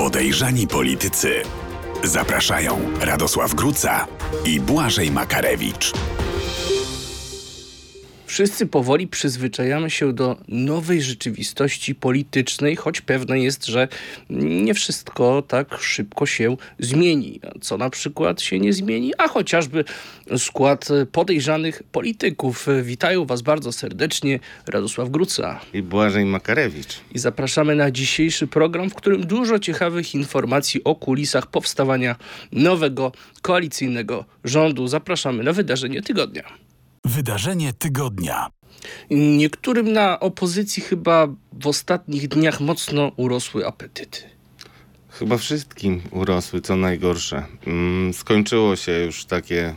Podejrzani politycy. Zapraszają Radosław Gruca i Błażej Makarewicz. Wszyscy powoli przyzwyczajamy się do nowej rzeczywistości politycznej, choć pewne jest, że nie wszystko tak szybko się zmieni. Co na przykład się nie zmieni? A chociażby skład podejrzanych polityków. Witają Was bardzo serdecznie Radosław Gruca i Błażej Makarewicz. I zapraszamy na dzisiejszy program, w którym dużo ciekawych informacji o kulisach powstawania nowego koalicyjnego rządu. Zapraszamy na wydarzenie tygodnia. Wydarzenie tygodnia. Niektórym na opozycji chyba w ostatnich dniach mocno urosły apetyty. Chyba wszystkim urosły, co najgorsze. Skończyło się już takie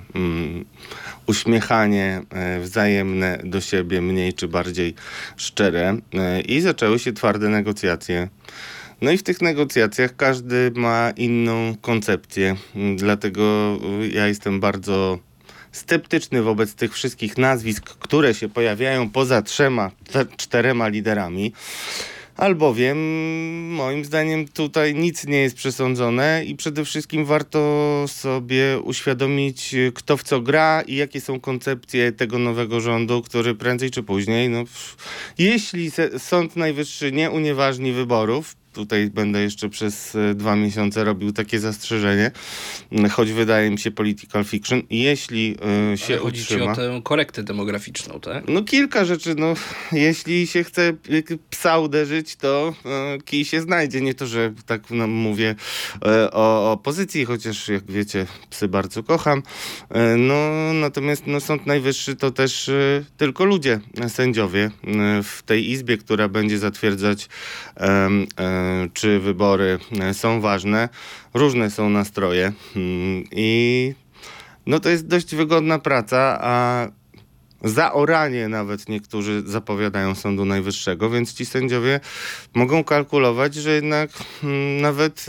uśmiechanie wzajemne do siebie, mniej czy bardziej szczere, i zaczęły się twarde negocjacje. No i w tych negocjacjach każdy ma inną koncepcję, dlatego ja jestem bardzo sceptyczny wobec tych wszystkich nazwisk, które się pojawiają poza 3-4 liderami, albowiem moim zdaniem tutaj nic nie jest przesądzone i przede wszystkim warto sobie uświadomić, kto w co gra i jakie są koncepcje tego nowego rządu, który prędzej czy później, jeśli Sąd Najwyższy nie unieważni wyborów, tutaj będę jeszcze przez 2 miesiące robił takie zastrzeżenie, choć wydaje mi się political fiction. Jeśli się chodzi utrzyma... ci o tę korektę demograficzną, tak? Kilka rzeczy. Jeśli się chce psa uderzyć, to kij się znajdzie. Nie to, że tak mówię o opozycji, chociaż jak wiecie, psy bardzo kocham. Natomiast Sąd Najwyższy to też tylko ludzie, sędziowie w tej izbie, która będzie zatwierdzać czy wybory są ważne. Różne są nastroje i to jest dość wygodna praca, a zaoranie nawet niektórzy zapowiadają Sądu Najwyższego, więc ci sędziowie mogą kalkulować, że jednak nawet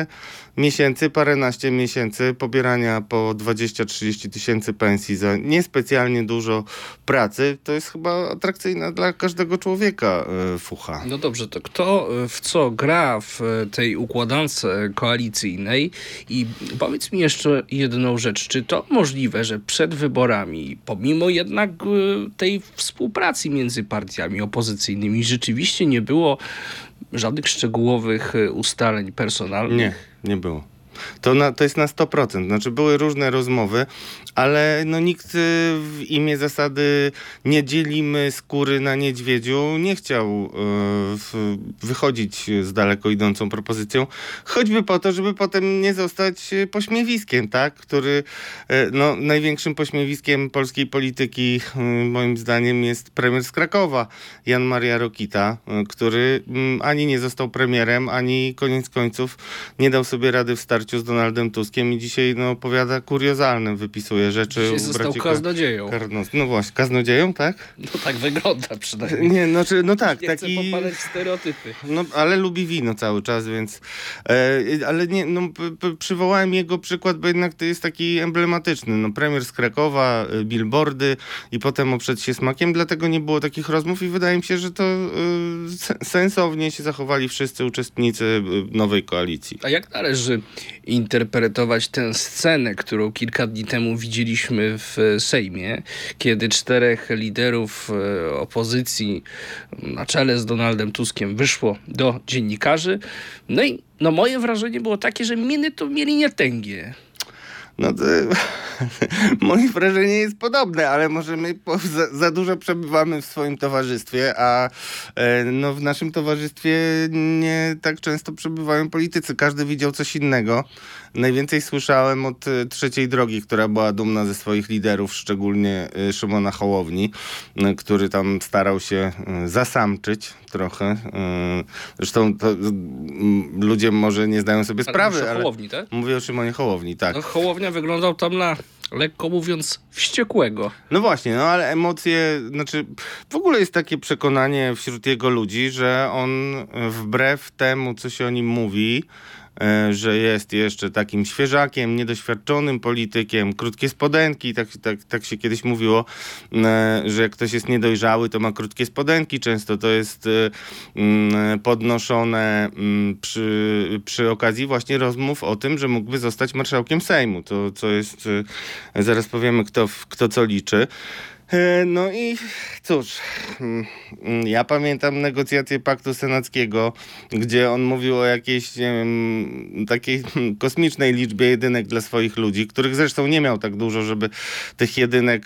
paręnaście miesięcy pobierania po 20-30 tysięcy pensji za niespecjalnie dużo pracy, to jest chyba atrakcyjna dla każdego człowieka fucha. No dobrze, to kto w co gra w tej układance koalicyjnej? I powiedz mi jeszcze jedną rzecz. Czy to możliwe, że przed wyborami, pomimo jednak tej współpracy między partiami opozycyjnymi, rzeczywiście nie było żadnych szczegółowych ustaleń personalnych? Nie było. To jest na 100%. Znaczy były różne rozmowy, ale nikt w imię zasady nie dzielimy skóry na niedźwiedziu nie chciał wychodzić z daleko idącą propozycją, choćby po to, żeby potem nie zostać pośmiewiskiem, tak? Który największym pośmiewiskiem polskiej polityki moim zdaniem jest premier z Krakowa, Jan Maria Rokita, który ani nie został premierem, ani koniec końców nie dał sobie rady w starciu z Donaldem Tuskiem i dzisiaj opowiada kuriozalne, wypisuje rzeczy. Dzisiaj został kaznodzieją. No właśnie, kaznodzieją, tak? No tak wygląda przynajmniej. Tak. Nie chcę popadać w stereotypy. Ale lubi wino cały czas, więc... ale nie, przywołałem jego przykład, bo jednak to jest taki emblematyczny. Premier z Krakowa, billboardy i potem oprzeć się smakiem, dlatego nie było takich rozmów i wydaje mi się, że to sensownie się zachowali wszyscy uczestnicy nowej koalicji. A jak należy interpretować tę scenę, którą kilka dni temu widzieliśmy w Sejmie, kiedy 4 liderów opozycji na czele z Donaldem Tuskiem wyszło do dziennikarzy. Moje wrażenie było takie, że miny to mieli nietęgie. Moje wrażenie jest podobne, ale może my za dużo przebywamy w swoim towarzystwie, a w naszym towarzystwie nie tak często przebywają politycy. Każdy widział coś innego. Najwięcej słyszałem od Trzeciej Drogi, która była dumna ze swoich liderów, szczególnie Szymona Hołowni, który tam starał się zasamczyć trochę. Zresztą ludzie może nie zdają sobie sprawy, ale Hołowni, tak? Mówię o Szymonie Hołowni, tak. Hołownia wyglądał tam na, lekko mówiąc, wściekłego. No właśnie, ale emocje, w ogóle jest takie przekonanie wśród jego ludzi, że on wbrew temu, co się o nim mówi, że jest jeszcze takim świeżakiem, niedoświadczonym politykiem, krótkie spodenki, tak się kiedyś mówiło, że jak ktoś jest niedojrzały, to ma krótkie spodenki. Często to jest podnoszone przy okazji właśnie rozmów o tym, że mógłby zostać marszałkiem Sejmu. To co jest, zaraz powiemy, kto co liczy. No i cóż, ja pamiętam negocjacje Paktu Senackiego, gdzie on mówił o jakiejś, nie wiem, takiej kosmicznej liczbie jedynek dla swoich ludzi, których zresztą nie miał tak dużo, żeby tych jedynek,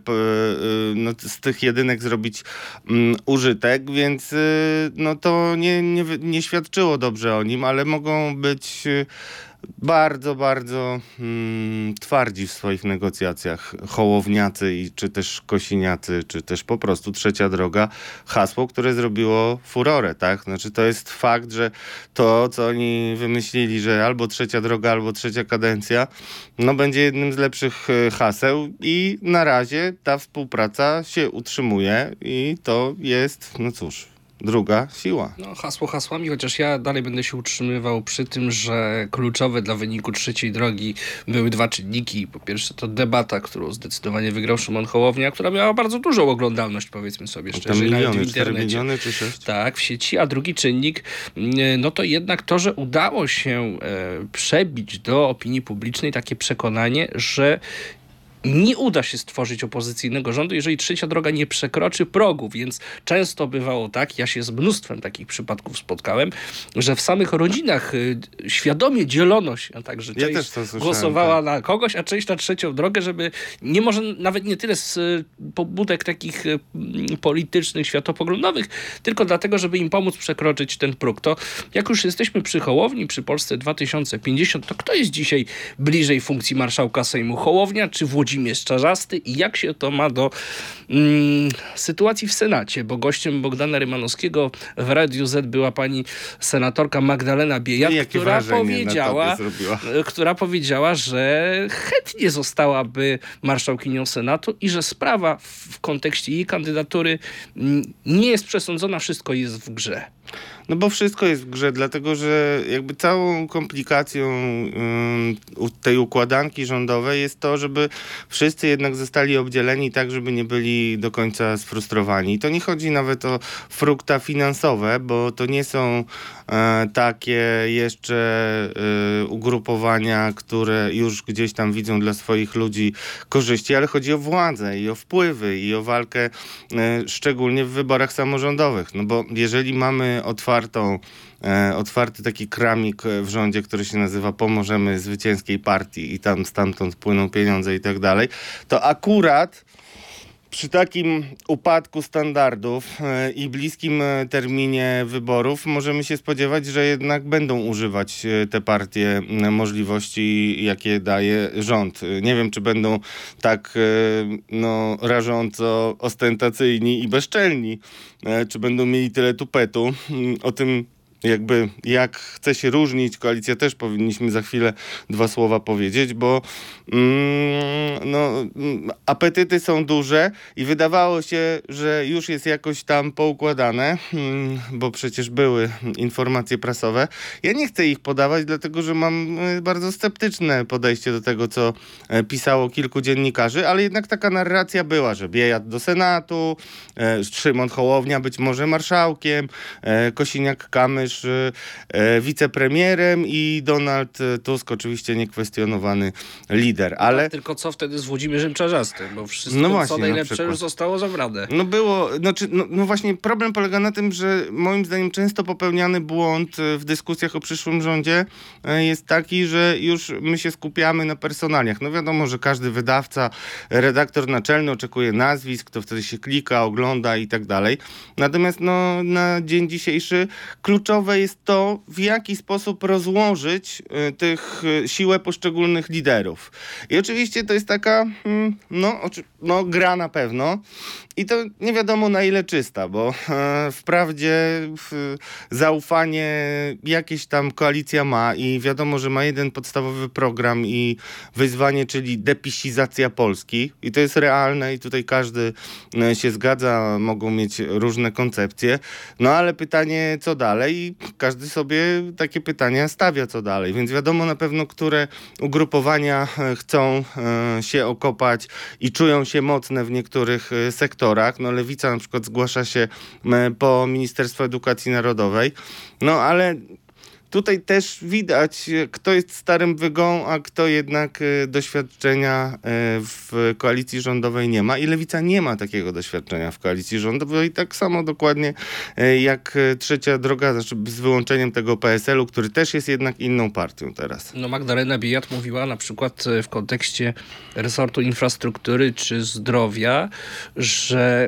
z tych jedynek zrobić użytek, więc no to nie świadczyło dobrze o nim, ale mogą być bardzo, bardzo twardzi w swoich negocjacjach. Hołowniacy, czy też Kosiniacy, czy też po prostu Trzecia Droga. Hasło, które zrobiło furorę, tak? Znaczy to jest fakt, że to, co oni wymyślili, że albo Trzecia Droga, albo trzecia kadencja, no będzie jednym z lepszych haseł i na razie ta współpraca się utrzymuje i to jest, no cóż, druga siła. No, hasło hasłami, chociaż ja dalej będę się utrzymywał przy tym, że kluczowe dla wyniku Trzeciej Drogi były dwa czynniki. Po pierwsze to debata, którą zdecydowanie wygrał Szymon Hołownia, która miała bardzo dużą oglądalność, powiedzmy sobie szczerze. Tam miliony, nawet w 4 internecie. miliony czy 6? Tak, w sieci, a drugi czynnik, no to jednak to, że udało się przebić do opinii publicznej takie przekonanie, że nie uda się stworzyć opozycyjnego rządu, jeżeli Trzecia Droga nie przekroczy progu, więc często bywało tak, ja się z mnóstwem takich przypadków spotkałem, że w samych rodzinach świadomie dzielono się, tak, że część głosowała na kogoś, a część na Trzecią Drogę, żeby może nawet nie tyle z pobudek takich politycznych, światopoglądowych, tylko dlatego, żeby im pomóc przekroczyć ten próg. To jak już jesteśmy przy Hołowni, przy Polsce 2050, to kto jest dzisiaj bliżej funkcji marszałka Sejmu? Hołownia czy Włodzimierz Czarzasty i jak się to ma do sytuacji w Senacie, bo gościem Bogdana Rymanowskiego w Radiu Z była pani senatorka Magdalena Biejat, która powiedziała, że chętnie zostałaby marszałkinią Senatu i że sprawa w kontekście jej kandydatury nie jest przesądzona, wszystko jest w grze. No bo wszystko jest w grze, dlatego że jakby całą komplikacją tej układanki rządowej jest to, żeby wszyscy jednak zostali obdzieleni tak, żeby nie byli do końca sfrustrowani. I to nie chodzi nawet o frukta finansowe, bo to nie są takie jeszcze ugrupowania, które już gdzieś tam widzą dla swoich ludzi korzyści, ale chodzi o władzę i o wpływy i o walkę szczególnie w wyborach samorządowych. No bo jeżeli mamy otwarty taki kramik w rządzie, który się nazywa Pomożemy zwycięskiej partii i tam stamtąd płyną pieniądze i tak dalej, to akurat przy takim upadku standardów i bliskim terminie wyborów możemy się spodziewać, że jednak będą używać te partie możliwości, jakie daje rząd. Nie wiem, czy będą tak rażąco ostentacyjni i bezczelni, czy będą mieli tyle tupetu. O tym jak chce się różnić koalicja, też powinniśmy za chwilę dwa słowa powiedzieć, bo apetyty są duże i wydawało się, że już jest jakoś tam poukładane, bo przecież były informacje prasowe. Ja nie chcę ich podawać, dlatego że mam bardzo sceptyczne podejście do tego, co pisało kilku dziennikarzy, ale jednak taka narracja była, że Biejat do Senatu, Szymon Hołownia być może marszałkiem, Kosiniak-Kamysz wicepremierem i Donald Tusk oczywiście niekwestionowany lider, ale... No, tylko co wtedy z Włodzimierzem Czarzastym, bo wszystko co najlepsze już zostało zabrane. No właśnie problem polega na tym, że moim zdaniem często popełniany błąd w dyskusjach o przyszłym rządzie jest taki, że już my się skupiamy na personaliach. No wiadomo, że każdy wydawca, redaktor naczelny oczekuje nazwisk, to wtedy się klika, ogląda i tak dalej. Natomiast na dzień dzisiejszy kluczowe jest to, w jaki sposób rozłożyć siłę poszczególnych liderów. I oczywiście to jest taka gra na pewno, I to nie wiadomo na ile czysta, bo wprawdzie zaufanie jakieś tam koalicja ma i wiadomo, że ma jeden podstawowy program i wyzwanie, czyli depisizacja Polski. I to jest realne i tutaj każdy się zgadza, mogą mieć różne koncepcje. No ale pytanie, co dalej? I każdy sobie takie pytania stawia, co dalej. Więc wiadomo na pewno, które ugrupowania chcą się okopać i czują się mocne w niektórych sektorach. No Lewica na przykład zgłasza się po Ministerstwo Edukacji Narodowej. No ale tutaj też widać, kto jest starym wygą, a kto jednak doświadczenia w koalicji rządowej nie ma. I Lewica nie ma takiego doświadczenia w koalicji rządowej. Tak samo dokładnie jak Trzecia Droga, znaczy z wyłączeniem tego PSL-u, który też jest jednak inną partią teraz. No Magdalena Biejat mówiła na przykład w kontekście resortu infrastruktury czy zdrowia, że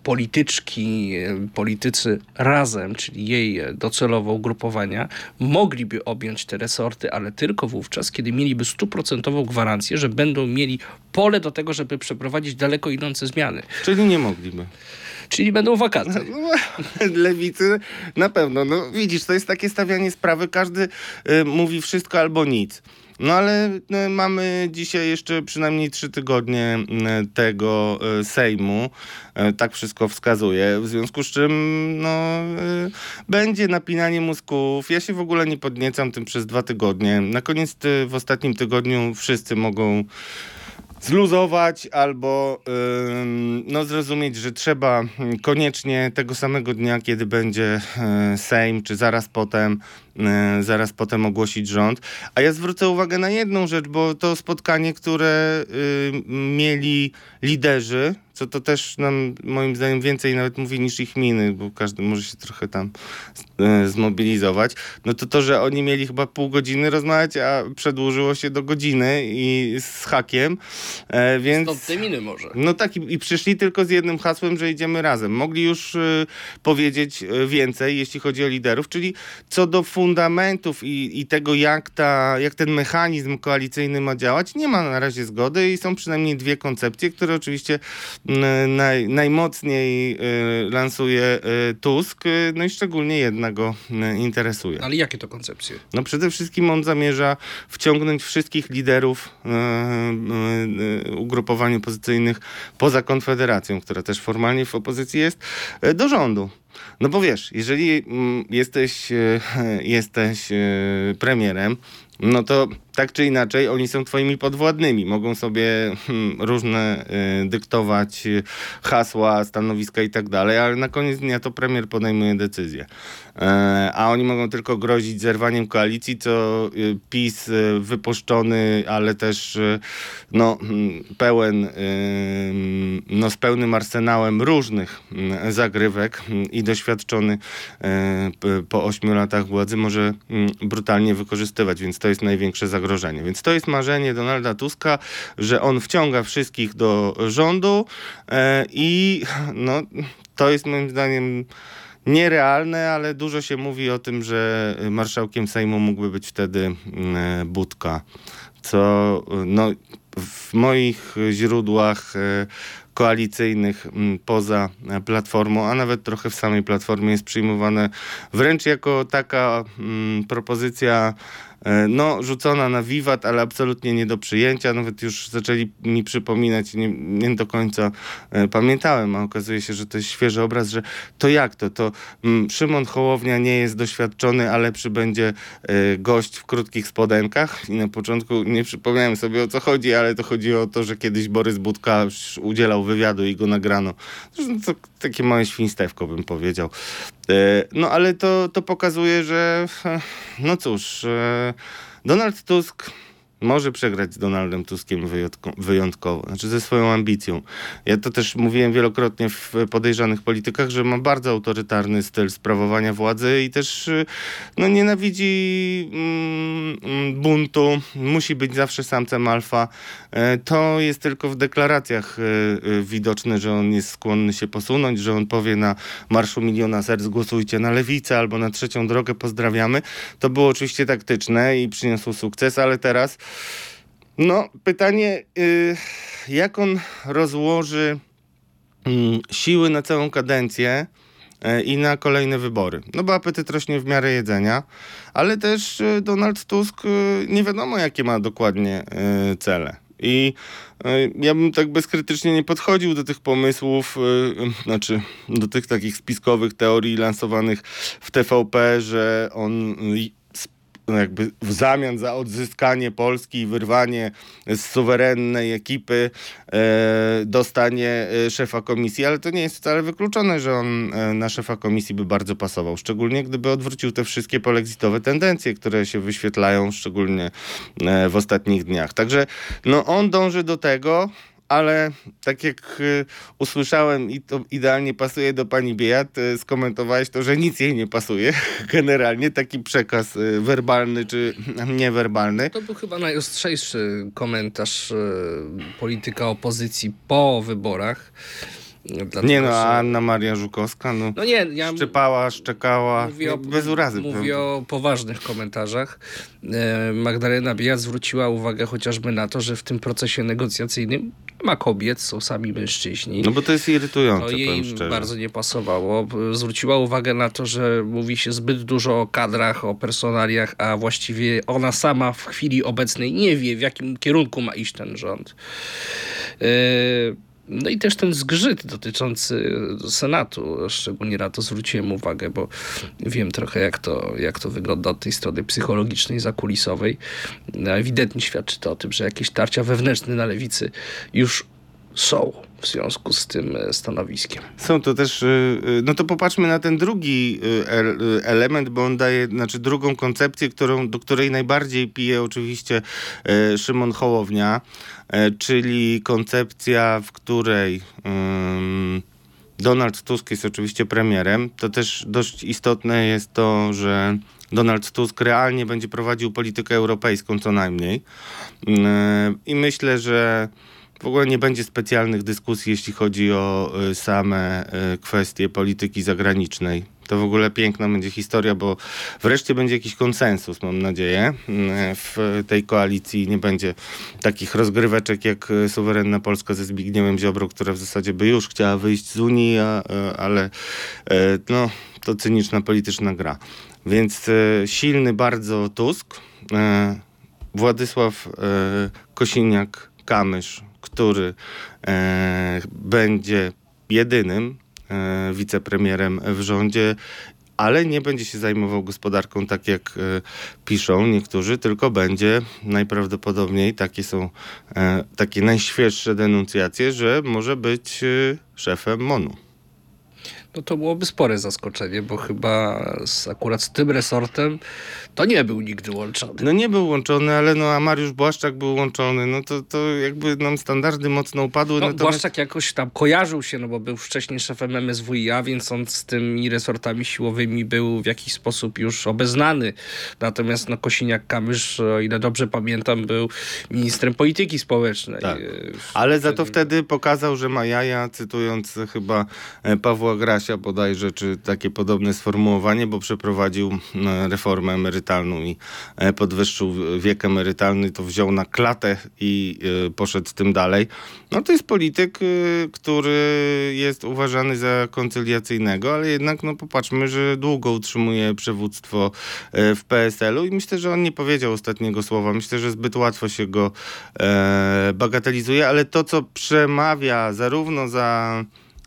politycy razem, czyli jej docelowo ugrupowania, mogliby objąć te resorty, ale tylko wówczas, kiedy mieliby 100% gwarancję, że będą mieli pole do tego, żeby przeprowadzić daleko idące zmiany. Czyli nie mogliby. Czyli będą wakacje. Lewicy na pewno. No widzisz, to jest takie stawianie sprawy. Każdy mówi wszystko albo nic. No ale mamy dzisiaj jeszcze przynajmniej 3 tygodnie tego Sejmu. Tak wszystko wskazuje. W związku z czym będzie napinanie mózgów. Ja się w ogóle nie podniecam tym przez 2 tygodnie. Na koniec w ostatnim tygodniu wszyscy mogą zluzować albo zrozumieć, że trzeba koniecznie tego samego dnia, kiedy będzie Sejm, czy zaraz potem ogłosić rząd. A ja zwrócę uwagę na jedną rzecz, bo to spotkanie, które mieli liderzy, co to też nam moim zdaniem więcej nawet mówi niż ich miny, bo każdy może się trochę tam zmobilizować, no to, że oni mieli chyba pół godziny rozmawiać, a przedłużyło się do godziny i z hakiem, więc... Stąd te miny może. No tak i przyszli tylko z jednym hasłem, że idziemy razem. Mogli już powiedzieć więcej, jeśli chodzi o liderów, czyli co do fundamentów i tego, jak ten mechanizm koalicyjny ma działać, nie ma na razie zgody i są przynajmniej 2 koncepcje, które oczywiście najmocniej lansuje Tusk, no i szczególnie jedna go interesuje. Ale jakie to koncepcje? No przede wszystkim on zamierza wciągnąć wszystkich liderów ugrupowań opozycyjnych poza Konfederacją, która też formalnie w opozycji jest, do rządu. No bo wiesz, jeżeli jesteś premierem, no to tak czy inaczej oni są twoimi podwładnymi. Mogą sobie różne dyktować hasła, stanowiska i tak dalej, ale na koniec dnia to premier podejmuje decyzję. A oni mogą tylko grozić zerwaniem koalicji, co PiS wypuszczony, ale też z pełnym arsenałem różnych zagrywek i doświadczony po 8 latach władzy może brutalnie wykorzystywać, więc to jest największe zagrożenie. Więc to jest marzenie Donalda Tuska, że on wciąga wszystkich do rządu i to jest moim zdaniem nierealne, ale dużo się mówi o tym, że marszałkiem Sejmu mógłby być wtedy Budka, co w moich źródłach koalicyjnych poza Platformą, a nawet trochę w samej Platformie jest przyjmowane wręcz jako taka propozycja rzucona na wiwat, ale absolutnie nie do przyjęcia. Nawet już zaczęli mi przypominać, nie do końca pamiętałem, a okazuje się, że to jest świeży obraz, że to jak to Szymon Hołownia nie jest doświadczony, a lepszy będzie gość w krótkich spodenkach. I na początku nie przypomniałem sobie, o co chodzi, ale to chodziło o to, że kiedyś Borys Budka udzielał wywiadu i go nagrano. To takie małe świństewko, bym powiedział. Ale to pokazuje, że Donald Tusk może przegrać z Donaldem Tuskiem wyjątkowo, znaczy ze swoją ambicją. Ja to też mówiłem wielokrotnie w Podejrzanych Politykach, że ma bardzo autorytarny styl sprawowania władzy i też nienawidzi buntu, musi być zawsze samcem alfa. To jest tylko w deklaracjach widoczne, że on jest skłonny się posunąć, że on powie na Marszu Miliona Serc głosujcie na Lewicę albo na Trzecią Drogę, pozdrawiamy. To było oczywiście taktyczne i przyniosło sukces, ale teraz pytanie, jak on rozłoży siły na całą kadencję i na kolejne wybory. No bo apetyt rośnie w miarę jedzenia, ale też Donald Tusk nie wiadomo, jakie ma dokładnie cele. I ja bym tak bezkrytycznie nie podchodził do tych pomysłów, znaczy do tych takich spiskowych teorii lansowanych w TVP, że on jakby w zamian za odzyskanie Polski i wyrwanie z suwerennej ekipy dostanie szefa komisji, ale to nie jest wcale wykluczone, że on na szefa komisji by bardzo pasował, szczególnie gdyby odwrócił te wszystkie polexitowe tendencje, które się wyświetlają szczególnie w ostatnich dniach. Także no, on dąży do tego, ale tak jak usłyszałem i to idealnie pasuje do pani Biejat, skomentowałeś to, że nic jej nie pasuje. Generalnie taki przekaz werbalny czy niewerbalny. To był chyba najostrzejszy komentarz polityka opozycji po wyborach. Dlatego, nie no, a Anna Maria Żukowska no nie, ja szczepała, szczekała, bez urazy. Mówię o poważnych komentarzach. Magdalena Biejat zwróciła uwagę chociażby na to, że w tym procesie negocjacyjnym nie ma kobiet, są sami mężczyźni. No bo to jest irytujące, to jej powiem szczerze. bardzo nie pasowało. Zwróciła uwagę na to, że mówi się zbyt dużo o kadrach, o personaliach, a właściwie ona sama w chwili obecnej nie wie, w jakim kierunku ma iść ten rząd. No i też ten zgrzyt dotyczący Senatu, szczególnie na to zwróciłem uwagę, bo wiem trochę jak to wygląda od tej strony psychologicznej, zakulisowej. No, ewidentnie świadczy to o tym, że jakieś tarcia wewnętrzne na lewicy już są w związku z tym stanowiskiem. Są to też, no to popatrzmy na ten drugi element, bo on daje, znaczy drugą koncepcję, do której najbardziej pije oczywiście Szymon Hołownia, czyli koncepcja, w której Donald Tusk jest oczywiście premierem. To też dość istotne jest to, że Donald Tusk realnie będzie prowadził politykę europejską co najmniej. I myślę, że w ogóle nie będzie specjalnych dyskusji, jeśli chodzi o same kwestie polityki zagranicznej. To w ogóle piękna będzie historia, bo wreszcie będzie jakiś konsensus, mam nadzieję, w tej koalicji. Nie będzie takich rozgryweczek jak suwerenna Polska ze Zbigniewem Ziobrą, która w zasadzie by już chciała wyjść z Unii, ale no, to cyniczna polityczna gra. Więc silny bardzo Tusk, Władysław Kosiniak-Kamysz, który będzie jedynym wicepremierem w rządzie, ale nie będzie się zajmował gospodarką tak jak piszą niektórzy, tylko będzie najprawdopodobniej, takie są takie najświeższe denuncjacje, że może być szefem MON-u. No to byłoby spore zaskoczenie, bo chyba akurat z tym resortem to nie był nigdy łączony. No nie był łączony, ale no a Mariusz Błaszczak był łączony, no to jakby nam standardy mocno upadły. No Błaszczak jakoś tam kojarzył się, no bo był wcześniej szefem MSWiA, więc on z tymi resortami siłowymi był w jakiś sposób już obeznany. Natomiast no Kosiniak-Kamysz, o ile dobrze pamiętam, był ministrem polityki społecznej. Tak. Ale za to wtedy pokazał, że ma jaja, cytując chyba Pawła Grasia bodajże, czy takie podobne sformułowanie, bo przeprowadził reformę emerytalną i podwyższył wiek emerytalny, to wziął na klatę i poszedł z tym dalej. No to jest polityk, który jest uważany za koncyliacyjnego, ale jednak no popatrzmy, że długo utrzymuje przywództwo w PSL-u i myślę, że on nie powiedział ostatniego słowa. Myślę, że zbyt łatwo się go bagatelizuje, ale to, co przemawia zarówno za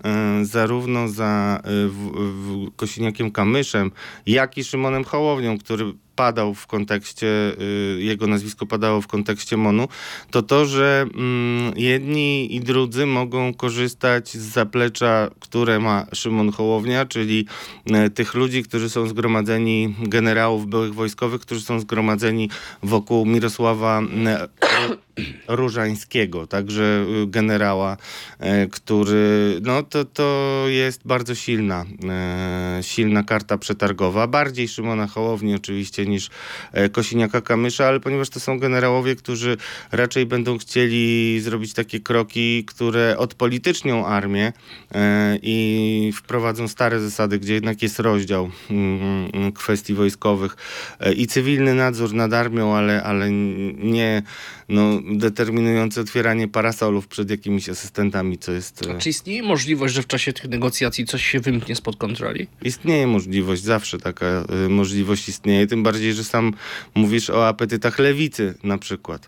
Kosiniakiem-Kamyszem, jak i Szymonem Hołownią, który padał w kontekście, jego nazwisko padało w kontekście MON-u, to, że jedni i drudzy mogą korzystać z zaplecza, które ma Szymon Hołownia, czyli tych ludzi, którzy są zgromadzeni, generałów byłych wojskowych, którzy są zgromadzeni wokół Mirosława Różańskiego, także generała, który, no to jest bardzo silna karta przetargowa. Bardziej Szymona Hołowni oczywiście się niż Kosiniaka-Kamysza, ale ponieważ to są generałowie, którzy raczej będą chcieli zrobić takie kroki, które odpolitycznią armię i wprowadzą stare zasady, gdzie jednak jest rozdział kwestii wojskowych i cywilny nadzór nad armią, ale nie determinujący otwieranie parasolów przed jakimiś asystentami, co jest... A czy istnieje możliwość, że w czasie tych negocjacji coś się wymknie spod kontroli? Istnieje możliwość, zawsze taka możliwość istnieje, tym bardziej, że sam mówisz o apetytach lewicy na przykład.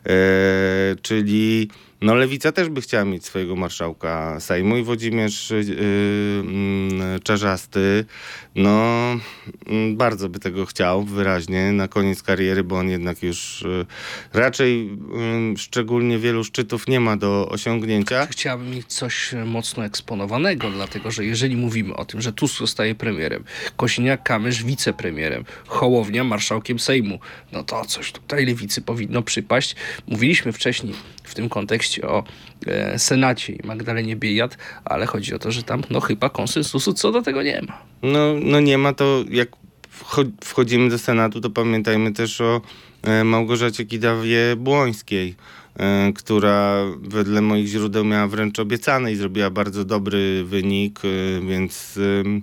Czyli Lewica też by chciała mieć swojego marszałka Sejmu i Włodzimierz Czarzasty bardzo by tego chciał wyraźnie na koniec kariery, bo on jednak już raczej szczególnie wielu szczytów nie ma do osiągnięcia. Chciałabym mieć coś mocno eksponowanego, dlatego że jeżeli mówimy o tym, że Tusk zostaje premierem, Kosiniak-Kamysz wicepremierem, Hołownia marszałkiem Sejmu, to coś tutaj lewicy powinno przypaść. Mówiliśmy wcześniej w tym kontekście o Senacie i Magdalenie Biejat, ale chodzi o to, że tam chyba konsensusu co do tego nie ma. Nie ma, to jak wchodzimy do Senatu, to pamiętajmy też o Małgorzacie Kidawie-Błońskiej, która wedle moich źródeł miała wręcz obiecane i zrobiła bardzo dobry wynik, więc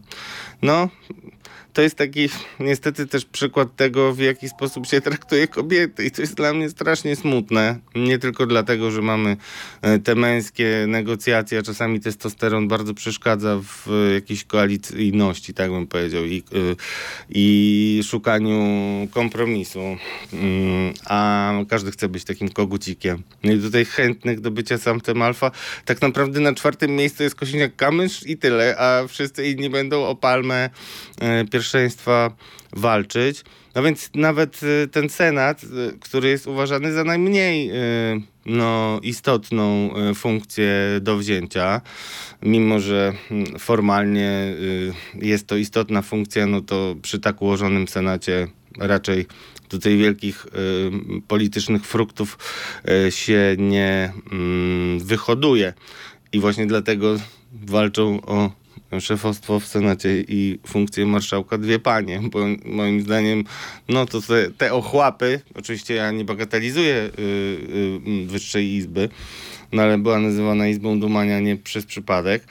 to jest taki niestety też przykład tego, w jaki sposób się traktuje kobiety i to jest dla mnie strasznie smutne. Nie tylko dlatego, że mamy te męskie negocjacje, a czasami testosteron bardzo przeszkadza w jakiejś koalicyjności, tak bym powiedział, i szukaniu kompromisu. A każdy chce być takim kogucikiem. No i tutaj chętnych do bycia samcem alfa. Tak naprawdę na 4. miejscu jest Kosiniak-Kamysz i tyle, a wszyscy inni będą o palmę pierwszeństwa walczyć. No więc nawet ten Senat, który jest uważany za najmniej istotną funkcję do wzięcia, mimo że formalnie jest to istotna funkcja, to przy tak ułożonym Senacie raczej tutaj wielkich politycznych fruktów się nie wyhoduje. I właśnie dlatego walczą o szefostwo w Senacie i funkcję marszałka dwie panie, bo moim zdaniem to te ochłapy, oczywiście ja nie bagatelizuję Wyższej Izby, ale była nazywana Izbą Dumania nie przez przypadek.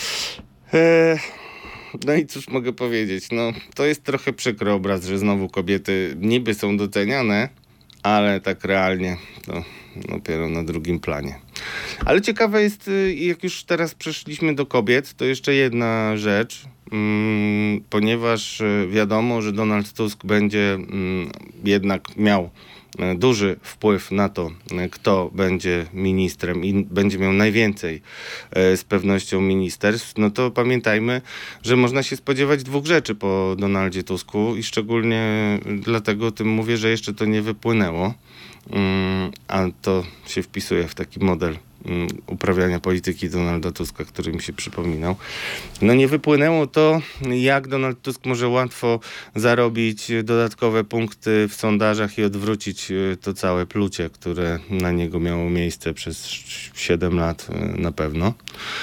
No i cóż mogę powiedzieć, to jest trochę przykry obraz, że znowu kobiety niby są doceniane, ale tak realnie to dopiero na drugim planie. Ale ciekawe jest, jak już teraz przeszliśmy do kobiet, to jeszcze jedna rzecz, ponieważ wiadomo, że Donald Tusk będzie jednak miał duży wpływ na to, kto będzie ministrem i będzie miał najwięcej z pewnością ministerstw, to pamiętajmy, że można się spodziewać dwóch rzeczy po Donaldzie Tusku i szczególnie dlatego o tym mówię, że jeszcze to nie wypłynęło, a to się wpisuje w taki model uprawiania polityki Donalda Tuska, który mi się przypominał. Nie wypłynęło to, jak Donald Tusk może łatwo zarobić dodatkowe punkty w sondażach i odwrócić to całe plucie, które na niego miało miejsce przez 7 lat na pewno.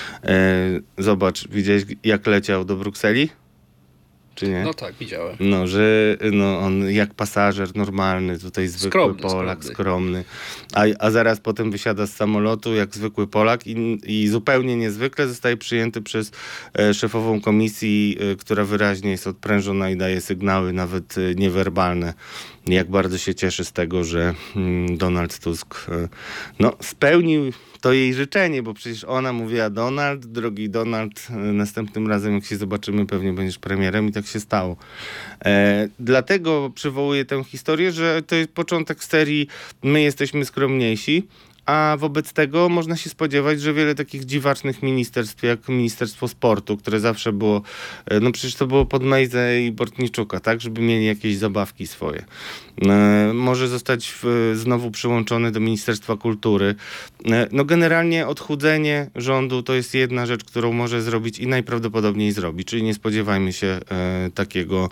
Zobacz, widziałeś jak leciał do Brukseli? Czy nie? No tak, widziałem. Że on jak pasażer normalny, tutaj zwykły Polak, skromny. A zaraz potem wysiada z samolotu jak zwykły Polak i zupełnie niezwykle zostaje przyjęty przez szefową komisji, która wyraźnie jest odprężona i daje sygnały nawet niewerbalne. Jak bardzo się cieszy z tego, że Donald Tusk spełnił to jej życzenie, bo przecież ona mówiła: Donald, drogi Donald, następnym razem jak się zobaczymy, pewnie będziesz premierem, i tak się stało. Dlatego przywołuję tę historię, że to jest początek serii My jesteśmy skromniejsi, a wobec tego można się spodziewać, że wiele takich dziwacznych ministerstw, jak Ministerstwo Sportu, które zawsze było, przecież to było pod Mejzę i Bortniczuka, tak, żeby mieli jakieś zabawki swoje. Może zostać znowu przyłączony do Ministerstwa Kultury. Generalnie odchudzenie rządu to jest jedna rzecz, którą może zrobić i najprawdopodobniej zrobi, czyli nie spodziewajmy się takiego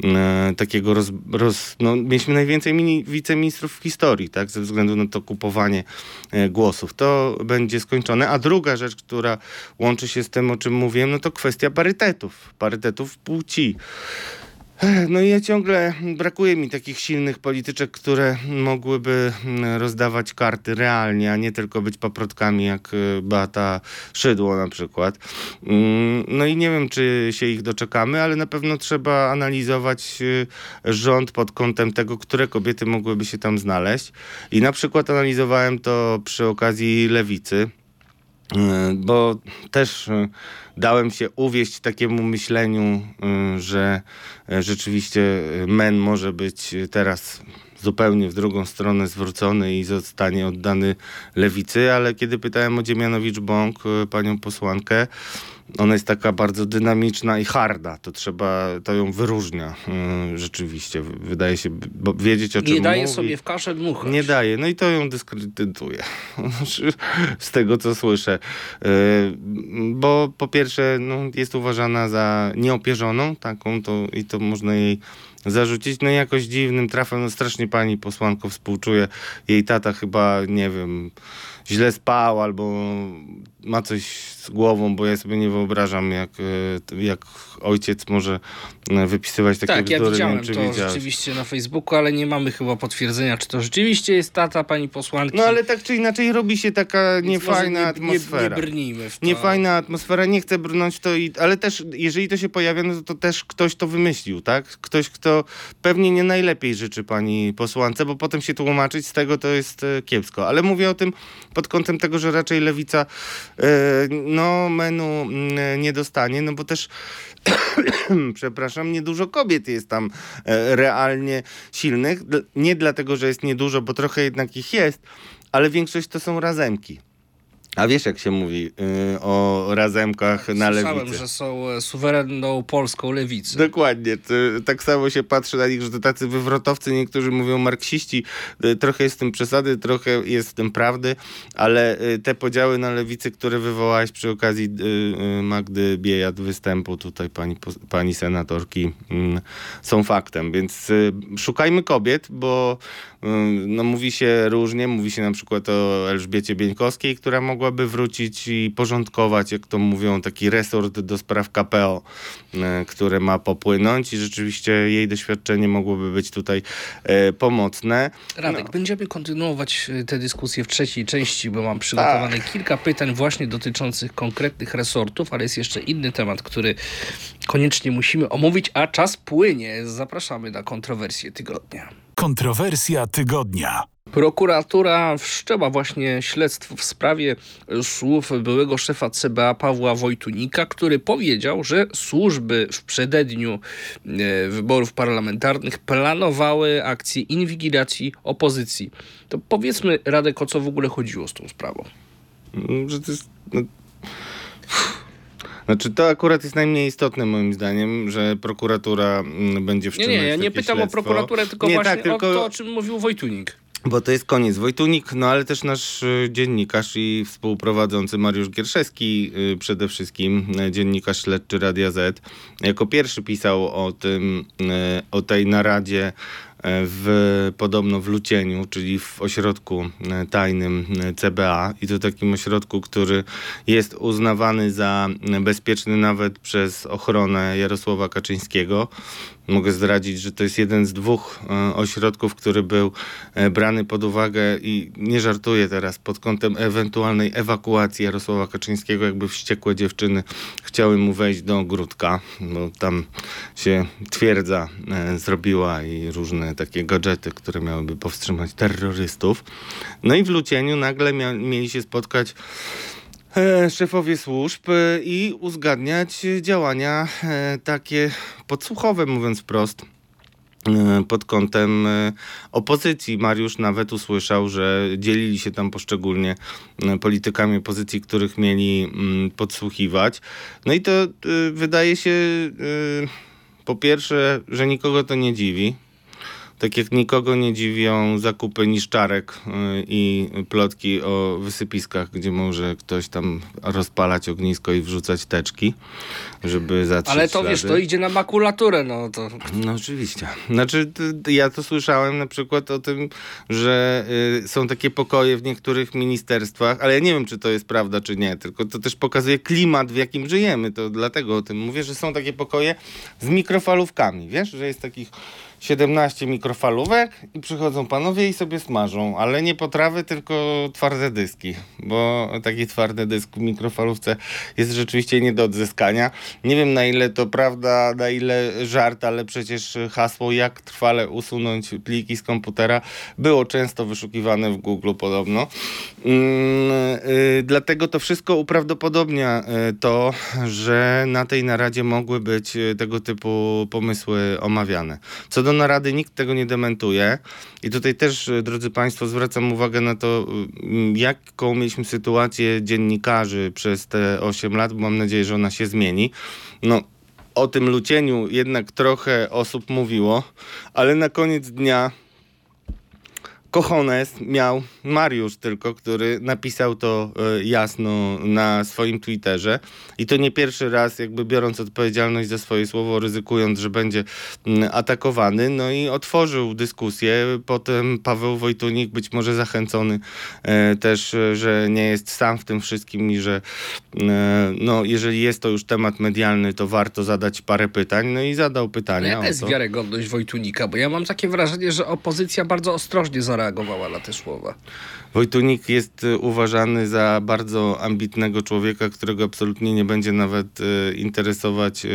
mieliśmy najwięcej wiceministrów w historii, tak, ze względu na to kupowanie głosów. To będzie skończone. A druga rzecz, która łączy się z tym, o czym mówiłem, to kwestia parytetów płci. No i ja ciągle brakuje mi takich silnych polityczek, które mogłyby rozdawać karty realnie, a nie tylko być paprotkami jak Beata Szydło na przykład. No i nie wiem, czy się ich doczekamy, ale na pewno trzeba analizować rząd pod kątem tego, które kobiety mogłyby się tam znaleźć. I na przykład analizowałem to przy okazji Lewicy, bo też dałem się uwieść takiemu myśleniu, że rzeczywiście MEN może być teraz zupełnie w drugą stronę zwrócony i zostanie oddany Lewicy, ale kiedy pytałem o Dziemianowicz-Bąk, panią posłankę, ona jest taka bardzo dynamiczna i harda. To ją wyróżnia rzeczywiście. Wydaje się wiedzieć, o czym mówi. Nie daje sobie w kaszę dmuchać. Nie daje. No i to ją dyskredytuje. Z tego, co słyszę. Bo po pierwsze jest uważana za nieopierzoną taką, i to można jej zarzucić. No i jakoś dziwnym trafem, strasznie pani posłanko współczuję. Jej tata chyba, nie wiem, źle spał albo ma coś z głową, bo ja sobie nie wyobrażam, jak ojciec może wypisywać takie bzdury. Tak, ja widziałem to widziałeś. Rzeczywiście na Facebooku, ale nie mamy chyba potwierdzenia, czy to rzeczywiście jest tata pani posłanki. No ale tak czy inaczej robi się taka niefajna atmosfera. Nie brnijmy w to. Niefajna atmosfera, nie chcę brnąć w to, ale też jeżeli to się pojawia, no to też ktoś to wymyślił, tak? Ktoś, kto pewnie nie najlepiej życzy pani posłance, bo potem się tłumaczyć z tego to jest kiepsko. Ale mówię o tym pod kątem tego, że raczej Lewica menu nie dostanie, no bo też przepraszam, niedużo kobiet jest tam realnie silnych. Nie dlatego, że jest niedużo, bo trochę jednak ich jest, ale większość to są razemki. A wiesz, jak się mówi o razemkach na lewicy? Słyszałem, że są suwerenną polską lewicą. Dokładnie. Tak samo się patrzy na nich, że to tacy wywrotowcy, niektórzy mówią marksiści. Trochę jest w tym przesady, trochę jest w tym prawdy, ale te podziały na lewicy, które wywołałeś przy okazji Magdy Biejat występu tutaj pani senatorki, są faktem. Więc szukajmy kobiet, bo mówi się różnie. Mówi się na przykład o Elżbiecie Bieńkowskiej, która mogłaby wrócić i porządkować, jak to mówią, taki resort do spraw KPO, które ma popłynąć i rzeczywiście jej doświadczenie mogłoby być tutaj pomocne. Radek, będziemy kontynuować tę dyskusję w trzeciej części, bo mam przygotowane kilka pytań właśnie dotyczących konkretnych resortów, ale jest jeszcze inny temat, który koniecznie musimy omówić, a czas płynie. Zapraszamy na kontrowersję tygodnia. Kontrowersja tygodnia. Prokuratura wszczęła właśnie śledztwo w sprawie słów byłego szefa CBA Pawła Wojtunika, który powiedział, że służby w przededniu wyborów parlamentarnych planowały akcję inwigilacji opozycji. To powiedzmy, Radek, o co w ogóle chodziło z tą sprawą? Że to jest... Znaczy to akurat jest najmniej istotne moim zdaniem, że prokuratura będzie wszczynać Nie, ja nie pytam śledztwo. o prokuraturę, tylko nie, właśnie tylko... o to, o czym mówił Wojtunik. Bo to jest koniec. Wojtunik, ale też nasz dziennikarz i współprowadzący Mariusz Gierszewski, przede wszystkim dziennikarz śledczy Radia Z, jako pierwszy pisał o tej naradzie podobno w Lucieniu, czyli w ośrodku tajnym CBA i to takim ośrodku, który jest uznawany za bezpieczny nawet przez ochronę Jarosława Kaczyńskiego. Mogę zdradzić, że to jest jeden z dwóch ośrodków, który był brany pod uwagę i nie żartuję teraz pod kątem ewentualnej ewakuacji Jarosława Kaczyńskiego, jakby wściekłe dziewczyny chciały mu wejść do ogródka, bo tam się twierdza zrobiła i różne takie gadżety, które miałyby powstrzymać terrorystów. No i w Lucieniu nagle mieli się spotkać szefowie służb i uzgadniać działania takie podsłuchowe, mówiąc wprost, pod kątem opozycji. Mariusz nawet usłyszał, że dzielili się tam poszczególnie politykami opozycji, których mieli podsłuchiwać. No i to wydaje się po pierwsze, że nikogo to nie dziwi. Tak jak nikogo nie dziwią zakupy niszczarek i plotki o wysypiskach, gdzie może ktoś tam rozpalać ognisko i wrzucać teczki, żeby zatrzeć Ale to ślady. wiesz, to idzie na makulaturę, no to... No oczywiście. Znaczy ja to słyszałem na przykład o tym, że są takie pokoje w niektórych ministerstwach, ale ja nie wiem, czy to jest prawda, czy nie, tylko to też pokazuje klimat, w jakim żyjemy. To dlatego o tym mówię, że są takie pokoje z mikrofalówkami. Wiesz, że jest takich 17 mikrofalówek i przychodzą panowie i sobie smażą, ale nie potrawy, tylko twarde dyski, bo taki twardy dysk w mikrofalówce jest rzeczywiście nie do odzyskania. Nie wiem, na ile to prawda, na ile żart, ale przecież hasło jak trwale usunąć pliki z komputera było często wyszukiwane w Google podobno. Dlatego to wszystko uprawdopodobnia to, że na tej naradzie mogły być tego typu pomysły omawiane. Co do narady nikt tego nie dementuje i tutaj też, drodzy Państwo, zwracam uwagę na to, jaką mieliśmy sytuację dziennikarzy przez te 8 lat, bo mam nadzieję, że ona się zmieni. No, o tym lucieniu jednak trochę osób mówiło, ale na koniec dnia cojones miał Mariusz tylko, który napisał to jasno na swoim Twitterze i to nie pierwszy raz, jakby biorąc odpowiedzialność za swoje słowo, ryzykując, że będzie atakowany, no i otworzył dyskusję. Potem Paweł Wojtunik, być może zachęcony też, że nie jest sam w tym wszystkim i że no, jeżeli jest to już temat medialny, to warto zadać parę pytań, no i zadał pytania. Jaka jest wiarygodność Wojtunika? Bo ja mam takie wrażenie, że opozycja bardzo ostrożnie zareagowała na te słowa. Wojtunik jest uważany za bardzo ambitnego człowieka, którego absolutnie nie będzie nawet interesować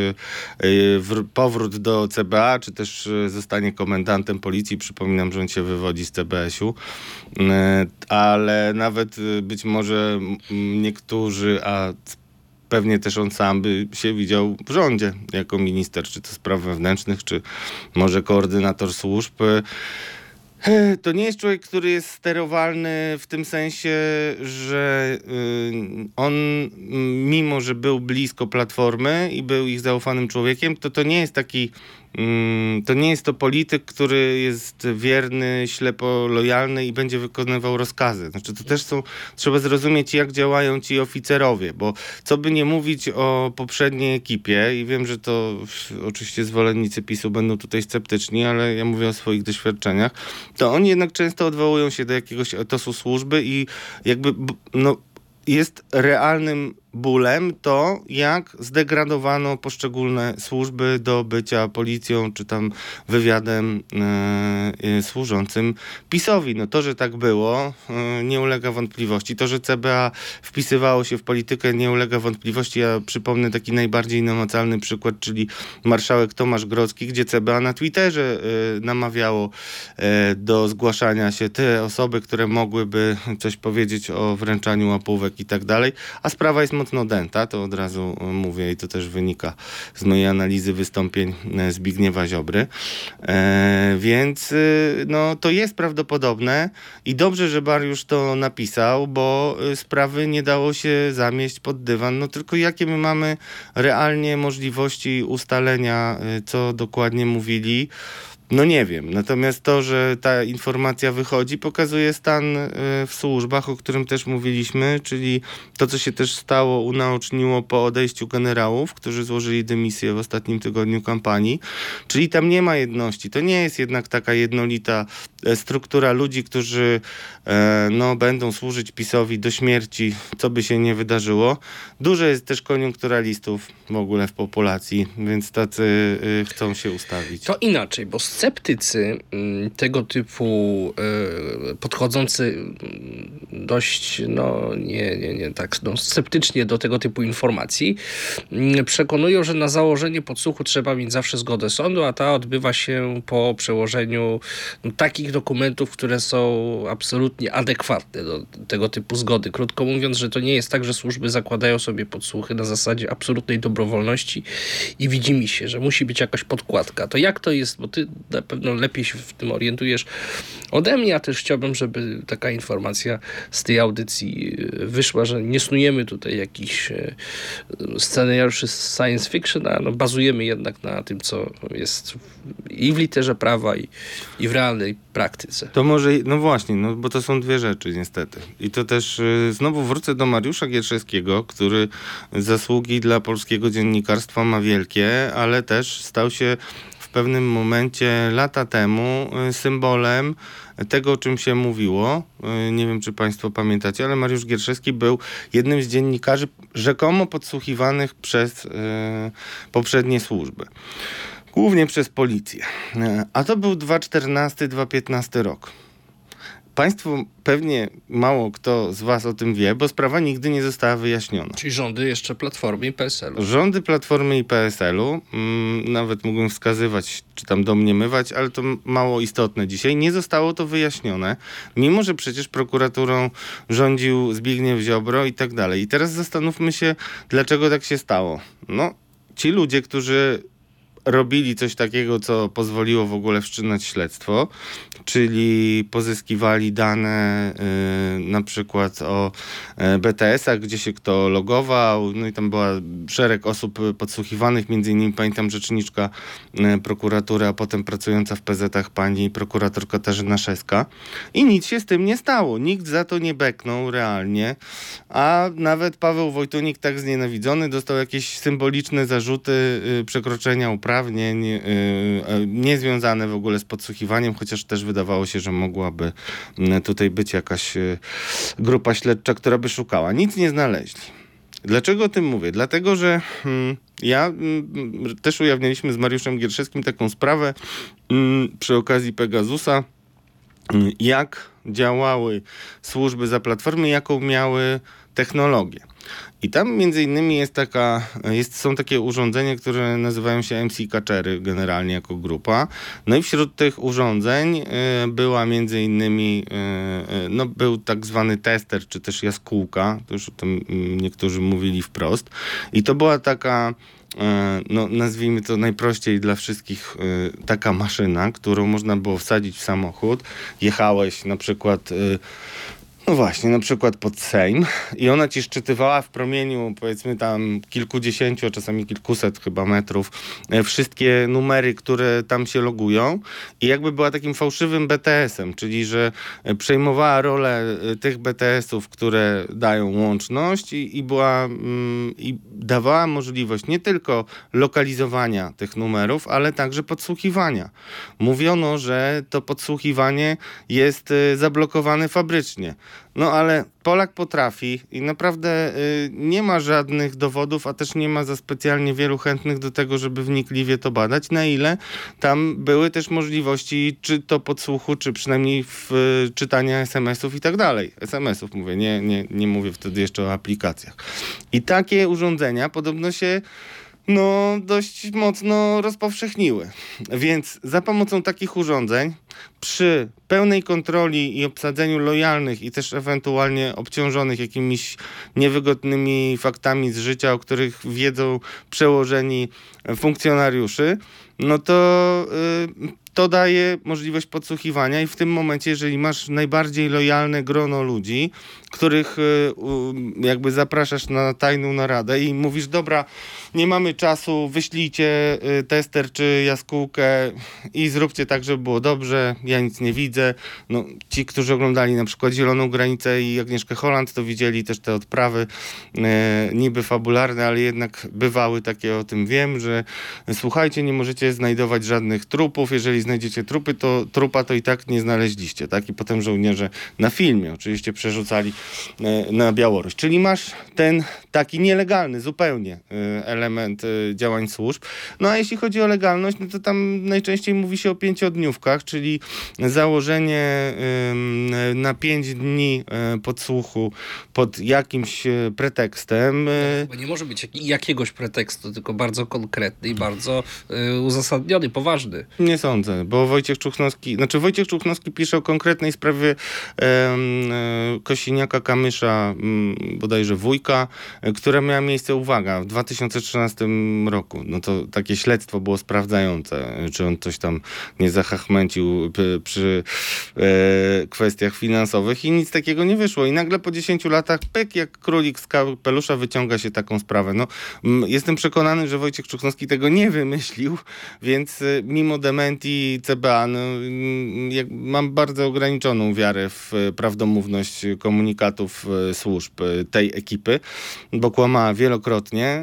powrót do CBA, czy też zostanie komendantem policji. Przypominam, że on się wywodzi z CBS-u. Ale nawet być może niektórzy, a pewnie też on sam by się widział w rządzie jako minister, czy to spraw wewnętrznych, czy może koordynator służb. To nie jest człowiek, który jest sterowalny w tym sensie, że on, mimo że był blisko Platformy i był ich zaufanym człowiekiem, to nie jest taki, to nie jest to polityk, który jest wierny, ślepo lojalny i będzie wykonywał rozkazy. Znaczy to też trzeba zrozumieć, jak działają ci oficerowie, bo co by nie mówić o poprzedniej ekipie i wiem, że to oczywiście zwolennicy PiS-u będą tutaj sceptyczni, ale ja mówię o swoich doświadczeniach, to oni jednak często odwołują się do jakiegoś etosu służby i jakby jest realnym bólem to, jak zdegradowano poszczególne służby do bycia policją, czy tam wywiadem służącym PiS-owi. No to, że tak było, nie ulega wątpliwości. To, że CBA wpisywało się w politykę, nie ulega wątpliwości. Ja przypomnę taki najbardziej namacalny przykład, czyli marszałek Tomasz Grodzki, gdzie CBA na Twitterze namawiało do zgłaszania się te osoby, które mogłyby coś powiedzieć o wręczaniu łapówek i tak dalej, a sprawa jest mocno dęta, to od razu mówię i to też wynika z mojej analizy wystąpień Zbigniewa Ziobry. Więc no, to jest prawdopodobne i dobrze, że Mariusz to napisał, bo sprawy nie dało się zamieść pod dywan. No tylko jakie my mamy realnie możliwości ustalenia, co dokładnie mówili? No nie wiem, natomiast to, że ta informacja wychodzi, pokazuje stan w służbach, o którym też mówiliśmy, czyli to, co się też stało, unaoczniło po odejściu generałów, którzy złożyli dymisję w ostatnim tygodniu kampanii, czyli tam nie ma jedności. To nie jest jednak taka jednolita struktura ludzi, którzy będą służyć PiS-owi do śmierci, co by się nie wydarzyło. Dużo jest też koniunkturalistów w ogóle w populacji, więc tacy chcą się ustawić. To inaczej, bo sceptycy tego typu podchodzący dość sceptycznie do tego typu informacji przekonują, że na założenie podsłuchu trzeba mieć zawsze zgodę sądu, a ta odbywa się po przełożeniu takich takich dokumentów, które są absolutnie adekwatne do tego typu zgody. Krótko mówiąc, że to nie jest tak, że służby zakładają sobie podsłuchy na zasadzie absolutnej dobrowolności i widzi mi się, że musi być jakaś podkładka. To jak to jest, bo ty na pewno lepiej się w tym orientujesz ode mnie, a też chciałbym, żeby taka informacja z tej audycji wyszła, że nie snujemy tutaj jakichś scenariuszy z science fiction, a no bazujemy jednak na tym, co jest i w literze prawa, i w realnej praktyce. To może, no właśnie, no bo to są dwie rzeczy niestety. I to też znowu wrócę do Mariusza Gierszewskiego, który zasługi dla polskiego dziennikarstwa ma wielkie, ale też stał się w pewnym momencie lata temu symbolem tego, o czym się mówiło. Nie wiem, czy państwo pamiętacie, ale Mariusz Gierszewski był jednym z dziennikarzy rzekomo podsłuchiwanych przez poprzednie służby. Głównie przez policję. A to był 2014-2015 rok. Państwo pewnie mało kto z was o tym wie, bo sprawa nigdy nie została wyjaśniona. Czyli rządy jeszcze Platformy i PSL-u. Rządy Platformy i PSL-u, nawet mógłbym wskazywać, czy tam domniemywać, ale to mało istotne dzisiaj, nie zostało to wyjaśnione, mimo że przecież prokuraturą rządził Zbigniew Ziobro i tak dalej. I teraz zastanówmy się, dlaczego tak się stało. No, ci ludzie, którzy robili coś takiego, co pozwoliło w ogóle wszczynać śledztwo, czyli pozyskiwali dane na przykład o BTS-ach, gdzie się kto logował, no i tam była szereg osób podsłuchiwanych, między innymi pamiętam rzeczniczka prokuratury, a potem pracująca w PZ-ach pani prokurator Katarzyna Szeska i nic się z tym nie stało. Nikt za to nie beknął realnie, a nawet Paweł Wojtunik, tak znienawidzony, dostał jakieś symboliczne zarzuty przekroczenia uprawnień, niezwiązane w ogóle z podsłuchiwaniem, chociaż też wydawało się, że mogłaby tutaj być jakaś grupa śledcza, która by szukała. Nic nie znaleźli. Dlaczego o tym mówię? Dlatego, że też ujawnialiśmy z Mariuszem Gierszewskim taką sprawę przy okazji Pegasusa, jak działały służby za Platformy, jaką miały technologię. I tam między innymi są takie urządzenia, które nazywają się MC Catchery generalnie jako grupa. No i wśród tych urządzeń była między innymi, był tak zwany tester, czy też jaskółka, to już o tym niektórzy mówili wprost. I to była taka, nazwijmy to najprościej dla wszystkich, taka maszyna, którą można było wsadzić w samochód. Jechałeś na przykład na przykład pod Sejm i ona ci szczytywała w promieniu, powiedzmy tam kilkudziesięciu, a czasami kilkuset chyba metrów, wszystkie numery, które tam się logują i jakby była takim fałszywym BTS-em, czyli że przejmowała rolę tych BTS-ów, które dają łączność i dawała możliwość nie tylko lokalizowania tych numerów, ale także podsłuchiwania. Mówiono, że to podsłuchiwanie jest zablokowane fabrycznie. No ale Polak potrafi i naprawdę nie ma żadnych dowodów, a też nie ma za specjalnie wielu chętnych do tego, żeby wnikliwie to badać, na ile tam były też możliwości czy to podsłuchu, czy przynajmniej czytania SMS-ów i tak dalej. SMS-ów mówię, nie mówię wtedy jeszcze o aplikacjach. I takie urządzenia podobno się dość mocno rozpowszechniły. Więc za pomocą takich urządzeń przy pełnej kontroli i obsadzeniu lojalnych i też ewentualnie obciążonych jakimiś niewygodnymi faktami z życia, o których wiedzą przełożeni funkcjonariuszy, to daje możliwość podsłuchiwania i w tym momencie, jeżeli masz najbardziej lojalne grono ludzi, których jakby zapraszasz na tajną naradę i mówisz, dobra, nie mamy czasu, wyślijcie tester czy jaskółkę i zróbcie tak, żeby było dobrze, ja nic nie widzę. Ci, którzy oglądali na przykład Zieloną Granicę i Agnieszkę Holland, to widzieli też te odprawy niby fabularne, ale jednak bywały takie, o tym wiem, że słuchajcie, nie możecie znajdować żadnych trupów, jeżeli znajdziecie trupa, to i tak nie znaleźliście, tak? I potem żołnierze na filmie oczywiście przerzucali na Białoruś. Czyli masz ten taki nielegalny zupełnie element działań służb. A jeśli chodzi o legalność, to tam najczęściej mówi się o 5-dniówkach, czyli założenie na 5 dni podsłuchu pod jakimś pretekstem. Bo nie może być jakiegoś pretekstu, tylko bardzo konkretny i bardzo uzasadniony, poważny. Nie sądzę, bo Wojciech Człuchnowski pisze o konkretnej sprawie Kosiniaka-Kamysza, bodajże wujka, która miała miejsce, uwaga, w 2013 roku. No to takie śledztwo było sprawdzające, czy on coś tam nie zahachmęcił przy kwestiach finansowych i nic takiego nie wyszło. I nagle po 10 latach, pyk, jak królik z kapelusza wyciąga się taką sprawę. No, jestem przekonany, że Wojciech Człuchnowski tego nie wymyślił, więc mimo dementi CBA, no, mam bardzo ograniczoną wiarę w prawdomówność komunikatów służb tej ekipy, bo kłamała wielokrotnie,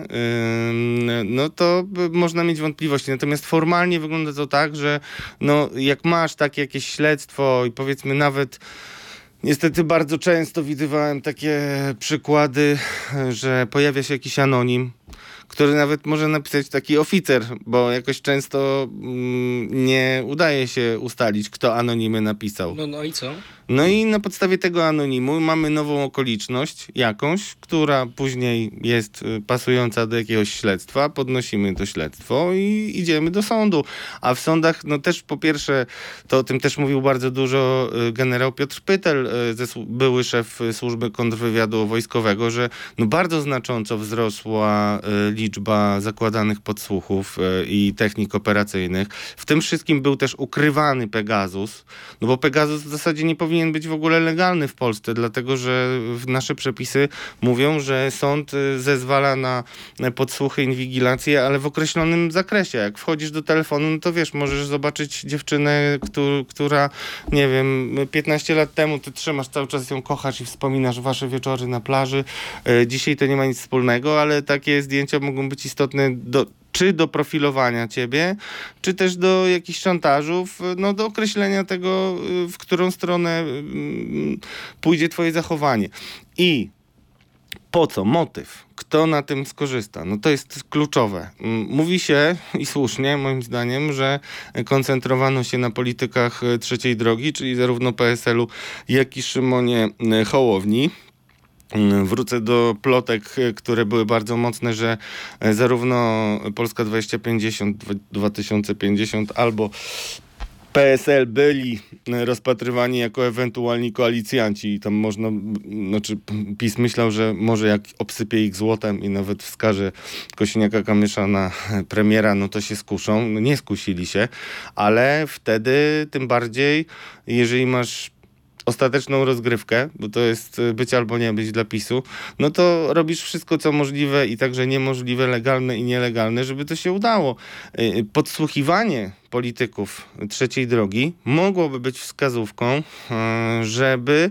no to można mieć wątpliwości. Natomiast formalnie wygląda to tak, że no, jak masz takie jakieś śledztwo i powiedzmy nawet niestety bardzo często widywałem takie przykłady, że pojawia się jakiś anonim, który nawet może napisać taki oficer, bo jakoś często nie udaje się ustalić, kto anonimy napisał. No i co? No i na podstawie tego anonimu mamy nową okoliczność jakąś, która później jest pasująca do jakiegoś śledztwa, podnosimy to śledztwo i idziemy do sądu. A w sądach, no też po pierwsze, to o tym też mówił bardzo dużo generał Piotr Pytel, były szef służby kontrwywiadu wojskowego, że no bardzo znacząco wzrosła liczba zakładanych podsłuchów i technik operacyjnych. W tym wszystkim był też ukrywany Pegasus, no bo Pegasus w zasadzie nie powinien być w ogóle legalny w Polsce, dlatego że nasze przepisy mówią, że sąd zezwala na podsłuchy, inwigilację, ale w określonym zakresie. Jak wchodzisz do telefonu, no to wiesz, możesz zobaczyć dziewczynę, która, nie wiem, 15 lat temu ty trzymasz, cały czas ją kochasz i wspominasz wasze wieczory na plaży. Dzisiaj to nie ma nic wspólnego, ale takie zdjęcia mogą być istotne czy do profilowania ciebie, czy też do jakichś szantażów, no do określenia tego, w którą stronę pójdzie twoje zachowanie. I po co? Motyw. Kto na tym skorzysta? No to jest kluczowe. Mówi się, i słusznie moim zdaniem, że koncentrowano się na politykach trzeciej drogi, czyli zarówno PSL-u, jak i Szymonie Hołowni. Wrócę do plotek, które były bardzo mocne, że zarówno Polska 2050 albo PSL byli rozpatrywani jako ewentualni koalicjanci i tam można, znaczy PiS myślał, że może jak obsypie ich złotem i nawet wskaże Kosiniaka-Kamysza na premiera, no to się skuszą. No nie skusili się, ale wtedy tym bardziej, jeżeli masz ostateczną rozgrywkę, bo to jest być albo nie być dla PiS-u, no to robisz wszystko, co możliwe i także niemożliwe, legalne i nielegalne, żeby to się udało. Podsłuchiwanie polityków trzeciej drogi mogłoby być wskazówką, żeby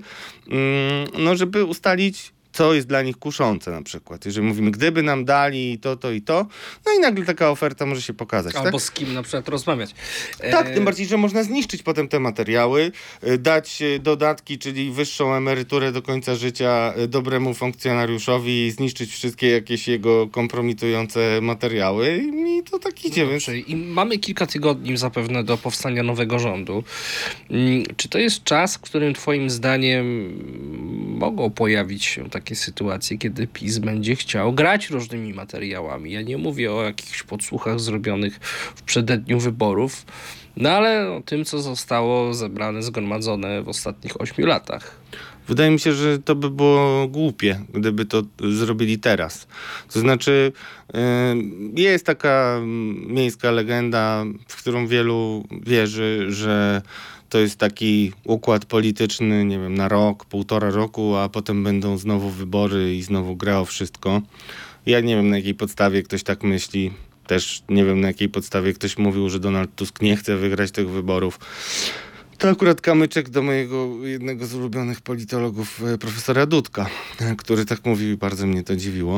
ustalić, co jest dla nich kuszące na przykład. Jeżeli mówimy, gdyby nam dali to i to, no i nagle taka oferta może się pokazać. Albo tak? z kim na przykład rozmawiać. Tak, tym bardziej, że można zniszczyć potem te materiały, dać dodatki, czyli wyższą emeryturę do końca życia dobremu funkcjonariuszowi, zniszczyć wszystkie jakieś jego kompromitujące materiały i to tak idzie. Więc... I mamy kilka tygodni zapewne do powstania nowego rządu. Czy to jest czas, w którym twoim zdaniem mogą pojawić się takie sytuacje, kiedy PiS będzie chciał grać różnymi materiałami? Ja nie mówię o jakichś podsłuchach zrobionych w przededniu wyborów, no ale o tym, co zostało zebrane, zgromadzone w ostatnich 8 latach. Wydaje mi się, że to by było głupie, gdyby to zrobili teraz. To znaczy, jest taka miejska legenda, w którą wielu wierzy, że to jest taki układ polityczny, nie wiem, na rok, 1,5 roku, a potem będą znowu wybory i znowu gra o wszystko. Ja nie wiem, na jakiej podstawie ktoś tak myśli. Też nie wiem, na jakiej podstawie ktoś mówił, że Donald Tusk nie chce wygrać tych wyborów. To akurat kamyczek do mojego jednego z ulubionych politologów, profesora Dudka, który tak mówił i bardzo mnie to dziwiło.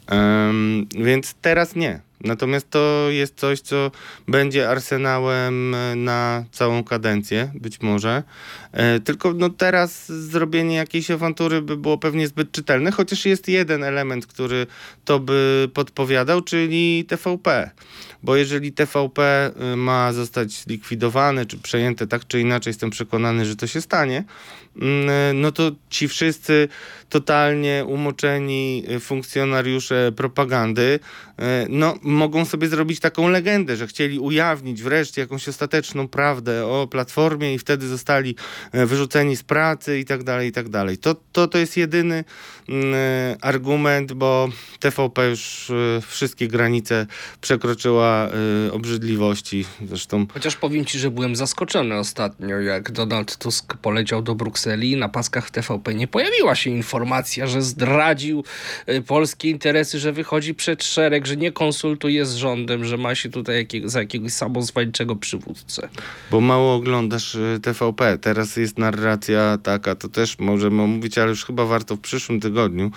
Więc teraz nie. Natomiast to jest coś, co będzie arsenałem na całą kadencję, być może. Tylko no teraz zrobienie jakiejś awantury by było pewnie zbyt czytelne, chociaż jest jeden element, który to by podpowiadał, czyli TVP. Bo jeżeli TVP ma zostać zlikwidowane, czy przejęte tak czy inaczej, jestem przekonany, że to się stanie, no to ci wszyscy totalnie umoczeni funkcjonariusze propagandy, no mogą sobie zrobić taką legendę, że chcieli ujawnić wreszcie jakąś ostateczną prawdę o Platformie i wtedy zostali wyrzuceni z pracy i tak dalej, i tak dalej. To jest jedyny argument, bo TVP już wszystkie granice przekroczyła obrzydliwości. Zresztą Chociaż powiem ci, że byłem zaskoczony ostatnio, jak Donald Tusk poleciał do Brukseli, na paskach TVP nie pojawiła się informacja, że zdradził polskie interesy, że wychodzi przed szereg, że nie konsultuje z rządem, że ma się tutaj za jakiegoś samozwańczego przywódcę. Bo mało oglądasz TVP. Teraz jest narracja taka, to też możemy omówić, ale już chyba warto w przyszłym tygodniu.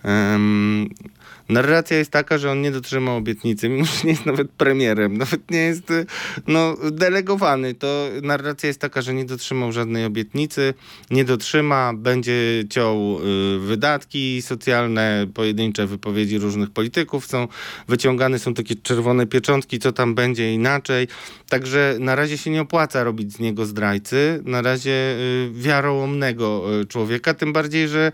Narracja jest taka, że on nie dotrzymał obietnicy, mimo że nie jest nawet premierem, nawet nie jest delegowany. To narracja jest taka, że nie dotrzymał żadnej obietnicy, nie dotrzyma, będzie ciął wydatki socjalne, pojedyncze wypowiedzi różnych polityków są wyciągane, są takie czerwone pieczątki, co tam będzie inaczej. Także na razie się nie opłaca robić z niego zdrajcy, na razie wiarołomnego człowieka, tym bardziej, że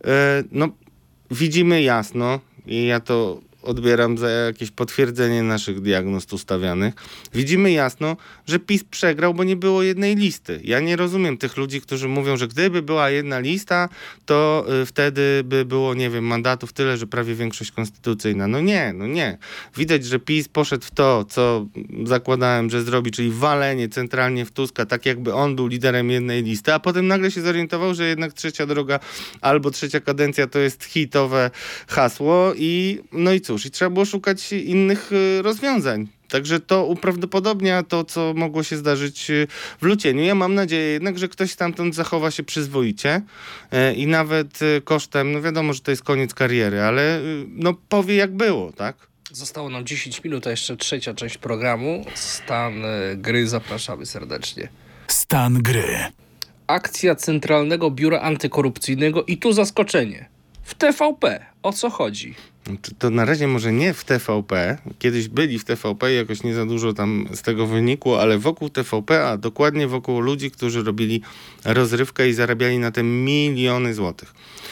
widzimy jasno, i ja to odbieram za jakieś potwierdzenie naszych diagnoz tu stawianych. Widzimy jasno, że PiS przegrał, bo nie było jednej listy. Ja nie rozumiem tych ludzi, którzy mówią, że gdyby była jedna lista, to wtedy by było, nie wiem, mandatów tyle, że prawie większość konstytucyjna. No nie. Widać, że PiS poszedł w to, co zakładałem, że zrobi, czyli walenie centralnie w Tuska, tak jakby on był liderem jednej listy, a potem nagle się zorientował, że jednak trzecia droga albo trzecia kadencja to jest hitowe hasło i cóż, i trzeba było szukać innych rozwiązań. Także to uprawdopodobnia to, co mogło się zdarzyć w Lucieniu. Ja mam nadzieję jednak, że ktoś stamtąd zachowa się przyzwoicie i nawet kosztem, wiadomo, że to jest koniec kariery, ale powie jak było, tak? Zostało nam 10 minut, a jeszcze trzecia część programu. Stan gry, zapraszamy serdecznie. Stan gry. Akcja Centralnego Biura Antykorupcyjnego i tu zaskoczenie. W TVP. O co chodzi? To na razie może nie w TVP. Kiedyś byli w TVP, jakoś nie za dużo tam z tego wynikło, ale wokół TVP, a dokładnie wokół ludzi, którzy robili rozrywkę i zarabiali na tym miliony złotych.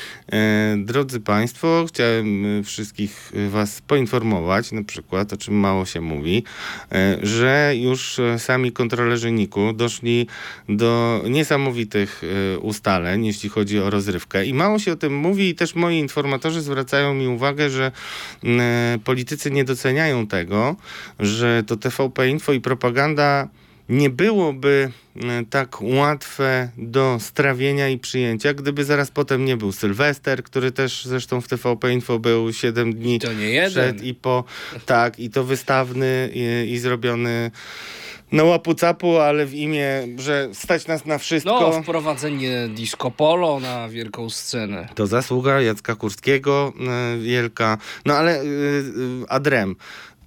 Drodzy Państwo, chciałem wszystkich Was poinformować, na przykład, o czym mało się mówi, że już sami kontrolerzy NIK-u doszli do niesamowitych ustaleń, jeśli chodzi o rozrywkę. I mało się o tym mówi i też moi informatorzy zwracają mi uwagę, że politycy nie doceniają tego, że to TVP Info i propaganda nie byłoby tak łatwe do strawienia i przyjęcia, gdyby zaraz potem nie był Sylwester, który też zresztą w TVP Info był 7 dni to nie jeden. przed i po. Tak, i to wystawny i zrobiony na łapu-capu, ale w imię, że stać nas na wszystko. Wprowadzenie disco polo na wielką scenę. To zasługa Jacka Kurskiego wielka. Ale adrem.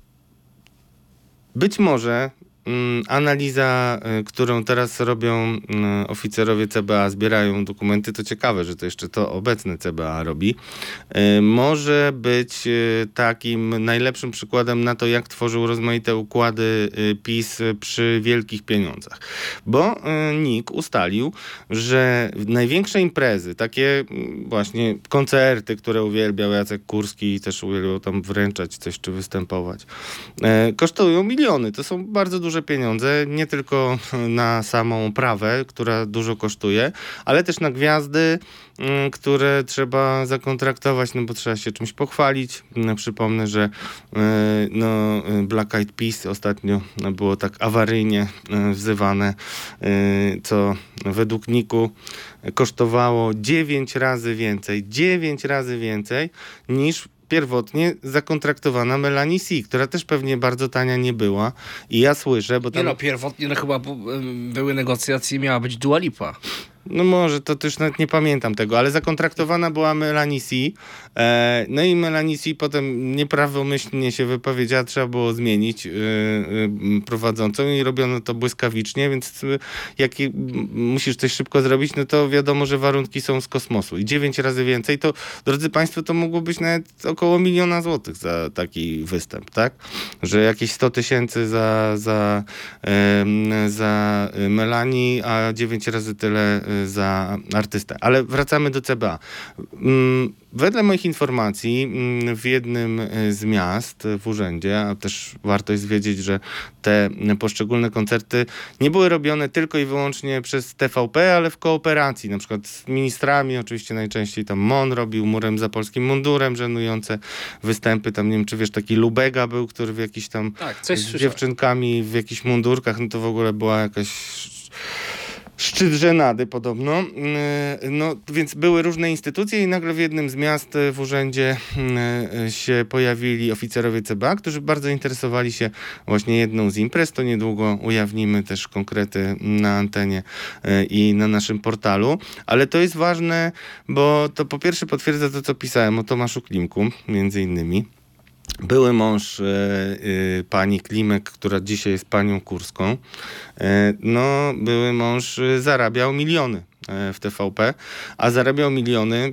Być może analiza, którą teraz robią oficerowie CBA, zbierają dokumenty, to ciekawe, że to jeszcze to obecne CBA robi, może być takim najlepszym przykładem na to, jak tworzył rozmaite układy PiS przy wielkich pieniądzach. Bo NIK ustalił, że największe imprezy, takie właśnie koncerty, które uwielbiał Jacek Kurski i też uwielbiał tam wręczać coś czy występować, kosztują miliony. To są bardzo duże pieniądze, nie tylko na samą prawę, która dużo kosztuje, ale też na gwiazdy, które trzeba zakontraktować, bo trzeba się czymś pochwalić. Przypomnę, że Black Eyed Peas ostatnio było tak awaryjnie wzywane, co według NIK-u kosztowało 9 razy więcej niż pierwotnie zakontraktowana Melanie C, która też pewnie bardzo tania nie była. I ja słyszę, bo tam... Pierwotnie chyba były negocjacje, miała być Dua Lipa. Może to też nawet nie pamiętam tego, ale zakontraktowana była Melanie C. I Melanie C potem nieprawomyślnie się wypowiedziała, trzeba było zmienić prowadzącą i robiono to błyskawicznie, więc jak musisz coś szybko zrobić, to wiadomo, że warunki są z kosmosu. I 9 razy więcej, to drodzy Państwo, to mogło być nawet około 1 000 000 złotych za taki występ, tak? Że jakieś 100 000 za Melanie, a 9 razy tyle za artystę. Ale wracamy do CBA. Wedle moich informacji w jednym z miast w urzędzie, a też warto jest wiedzieć, że te poszczególne koncerty nie były robione tylko i wyłącznie przez TVP, ale w kooperacji, na przykład z ministrami, oczywiście najczęściej tam MON robił Murem za polskim mundurem, żenujące występy, tam nie wiem, czy wiesz, taki Lubega był, który w jakiś tam z dziewczynkami w jakichś mundurkach, no to w ogóle była jakaś szczyt żenady podobno. No, więc były różne instytucje i nagle w jednym z miast w urzędzie się pojawili oficerowie CBA, którzy bardzo interesowali się właśnie jedną z imprez. To niedługo ujawnimy też konkrety na antenie i na naszym portalu. Ale to jest ważne, bo to po pierwsze potwierdza to, co pisałem o Tomaszu Klimku, między innymi. Były mąż pani Klimek, która dzisiaj jest panią Kurską. No, były mąż zarabiał miliony w TVP, a zarabiał miliony,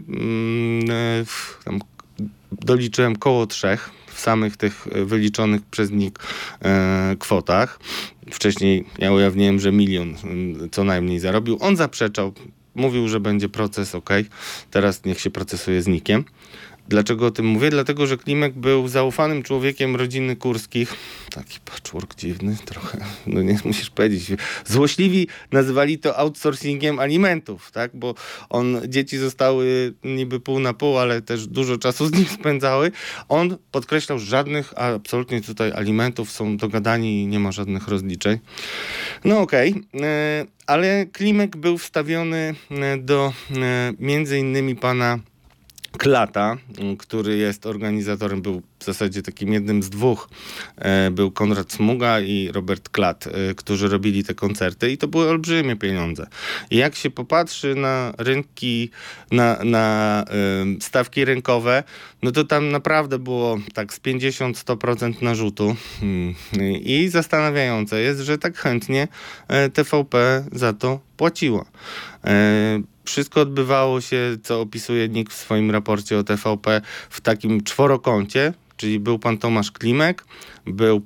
tam doliczyłem koło 3 w samych tych wyliczonych przez NIK kwotach. Wcześniej ja ujawniłem, że 1 000 000 co najmniej zarobił. On zaprzeczał, mówił, że będzie proces, teraz niech się procesuje z NIK-iem. Dlaczego o tym mówię? Dlatego, że Klimek był zaufanym człowiekiem rodziny Kurskich. Taki patchwork dziwny trochę. No nie musisz powiedzieć. Złośliwi nazywali to outsourcingiem alimentów, tak? Bo dzieci zostały niby pół na pół, ale też dużo czasu z nim spędzały. On podkreślał, że żadnych absolutnie tutaj alimentów, są dogadani i nie ma żadnych rozliczeń. No okej. Ale Klimek był wstawiony do między innymi pana Klata, który jest organizatorem, był w zasadzie takim jednym z 2. Był Konrad Smuga i Robert Klat, którzy robili te koncerty i to były olbrzymie pieniądze. I jak się popatrzy na rynki, na stawki rynkowe, no to tam naprawdę było tak z 50-100% narzutu. I zastanawiające jest, że tak chętnie TVP za to płaciła. Wszystko odbywało się, co opisuje NIK w swoim raporcie o TVP, w takim czworokącie, czyli był pan Tomasz Klimek, był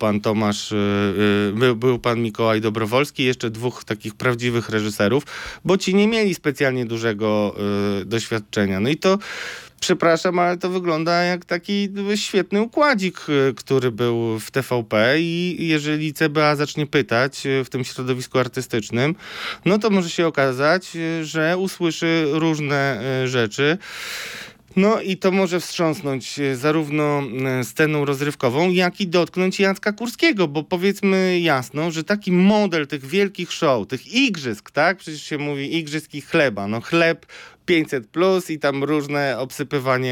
pan Mikołaj Dobrowolski, jeszcze 2 takich prawdziwych reżyserów, bo ci nie mieli specjalnie dużego doświadczenia. No i to, przepraszam, ale to wygląda jak taki świetny układzik, który był w TVP i jeżeli CBA zacznie pytać w tym środowisku artystycznym, no to może się okazać, że usłyszy różne rzeczy. No i to może wstrząsnąć zarówno sceną rozrywkową, jak i dotknąć Jacka Kurskiego, bo powiedzmy jasno, że taki model tych wielkich show, tych igrzysk, tak? Przecież się mówi igrzyski chleba, no chleb 500+ i tam różne obsypywanie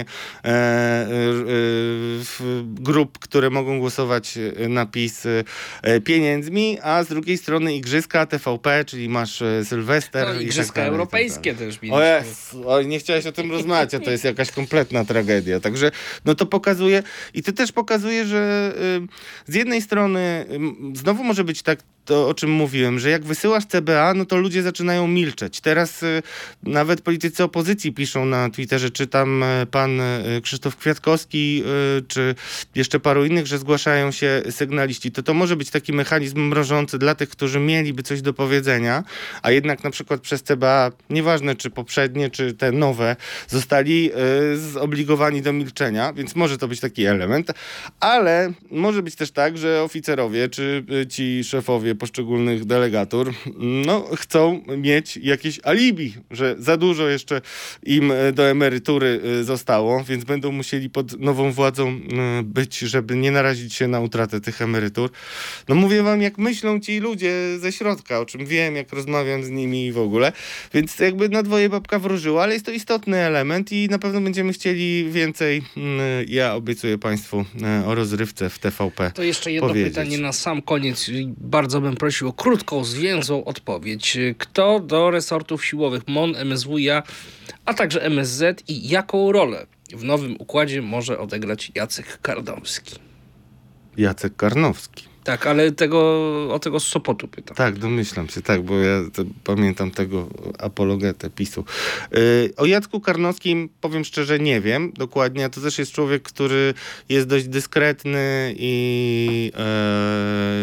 grup, które mogą głosować na PiS pieniędzmi, a z drugiej strony igrzyska TVP, czyli masz Sylwester. No, igrzyska europejskie też mieliśmy. Oj, nie chciałeś o tym rozmawiać, a to jest jakaś kompletna tragedia. Także no to pokazuje i to też pokazuje, że z jednej strony znowu może być tak, to o czym mówiłem, że jak wysyłasz CBA, no to ludzie zaczynają milczeć. Teraz nawet politycy opozycji piszą na Twitterze, czy tam pan Krzysztof Kwiatkowski, czy jeszcze paru innych, że zgłaszają się sygnaliści. To może być taki mechanizm mrożący dla tych, którzy mieliby coś do powiedzenia, a jednak na przykład przez CBA, nieważne czy poprzednie, czy te nowe, zostali zobligowani do milczenia, więc może to być taki element, ale może być też tak, że oficerowie, czy ci szefowie poszczególnych delegatur, no chcą mieć jakieś alibi, że za dużo jeszcze im do emerytury zostało, więc będą musieli pod nową władzą być, żeby nie narazić się na utratę tych emerytur. No mówię wam, jak myślą ci ludzie ze środka, o czym wiem, jak rozmawiam z nimi i w ogóle, więc jakby na dwoje babka wróżyła, ale jest to istotny element i na pewno będziemy chcieli więcej, ja obiecuję państwu, o rozrywce w TVP To jeszcze jedno powiedzieć. pytanie na sam koniec. Bardzo bym prosił o krótką, zwięzłą odpowiedź. Kto do resortów siłowych MON, MSWiA, a także MSZ i jaką rolę w nowym układzie może odegrać Jacek Karnowski? Jacek Karnowski. Tak, ale o tego z Sopotu pytam. Tak, domyślam się, tak, bo ja pamiętam tego apologetę PiS-u. O Jacku Karnowskim powiem szczerze, nie wiem dokładnie. To też jest człowiek, który jest dość dyskretny i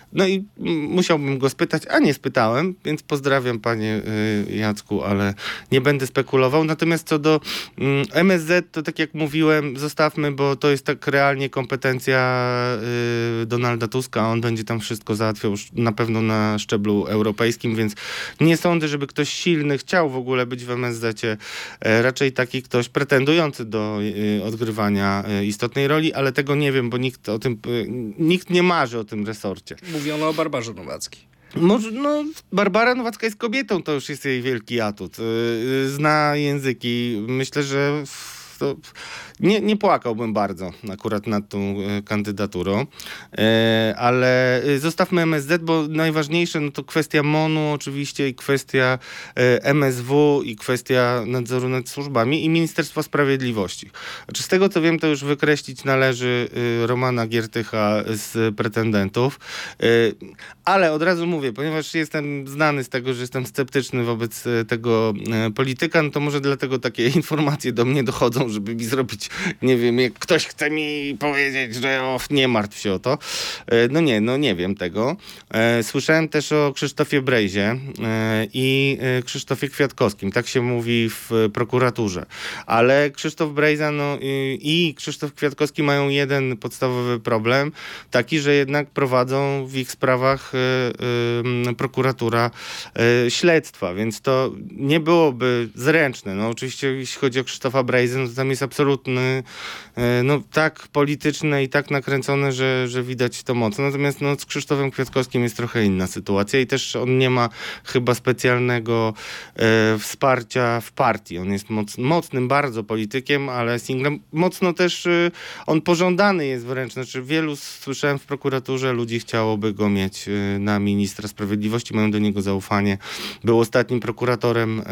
No i musiałbym go spytać, a nie spytałem, więc pozdrawiam panie Jacku, ale nie będę spekulował. Natomiast co do MSZ, to tak jak mówiłem, zostawmy, bo to jest tak realnie kompetencja Donalda Tuska, on będzie tam wszystko załatwiał już na pewno na szczeblu europejskim, więc nie sądzę, żeby ktoś silny chciał w ogóle być w MSZ-cie. Raczej taki ktoś pretendujący do odgrywania istotnej roli, ale tego nie wiem, bo nikt nie marzy o tym resorcie. Mówiono o Barbarze Nowackiej. Może, no, Barbara Nowacka jest kobietą, to już jest jej wielki atut. Zna języki. Myślę, że to nie płakałbym bardzo akurat nad tą kandydaturą, ale zostawmy MSZ, bo najważniejsze no to kwestia MON-u oczywiście i kwestia MSW i kwestia nadzoru nad służbami i Ministerstwa Sprawiedliwości. Znaczy, z tego co wiem, to już wykreślić należy Romana Giertycha z pretendentów, ale od razu mówię, ponieważ jestem znany z tego, że jestem sceptyczny wobec tego polityka, no to może dlatego takie informacje do mnie dochodzą, żeby mi zrobić, nie wiem, jak ktoś chce mi powiedzieć, że nie martw się o to. No nie wiem tego. Słyszałem też o Krzysztofie Brejzie i Krzysztofie Kwiatkowskim. Tak się mówi w prokuraturze. Ale Krzysztof Brejza i Krzysztof Kwiatkowski mają jeden podstawowy problem, taki, że jednak prowadzą w ich sprawach prokuratura śledztwa, więc to nie byłoby zręczne. No oczywiście jeśli chodzi o Krzysztofa Brejzę, no to tam jest absolutny, no tak polityczne i tak nakręcone, że widać to mocno. Natomiast no, z Krzysztofem Kwiatkowskim jest trochę inna sytuacja i też on nie ma chyba specjalnego wsparcia w partii. On jest mocnym bardzo politykiem, ale singlem. Mocno też on pożądany jest wręcz. Znaczy wielu, słyszałem w prokuraturze, ludzi chciałoby go mieć na ministra sprawiedliwości, mają do niego zaufanie. Był ostatnim prokuratorem,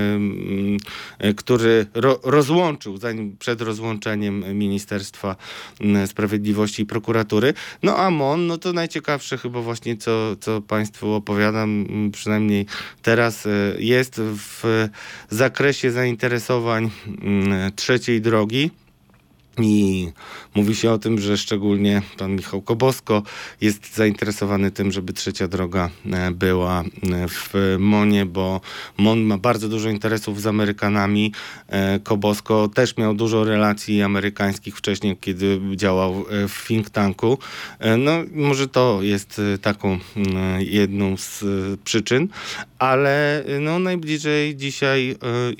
który rozłączył, przed rozłączeniem Ministerstwa Sprawiedliwości i prokuratury. No a MON, no to najciekawsze chyba właśnie, co Państwu opowiadam, przynajmniej teraz jest w zakresie zainteresowań trzeciej drogi. I mówi się o tym, że szczególnie pan Michał Kobosko jest zainteresowany tym, żeby trzecia droga była w MON-ie, bo MON ma bardzo dużo interesów z Amerykanami. Kobosko też miał dużo relacji amerykańskich wcześniej, kiedy działał w think tanku. No może to jest taką jedną z przyczyn, ale no najbliżej dzisiaj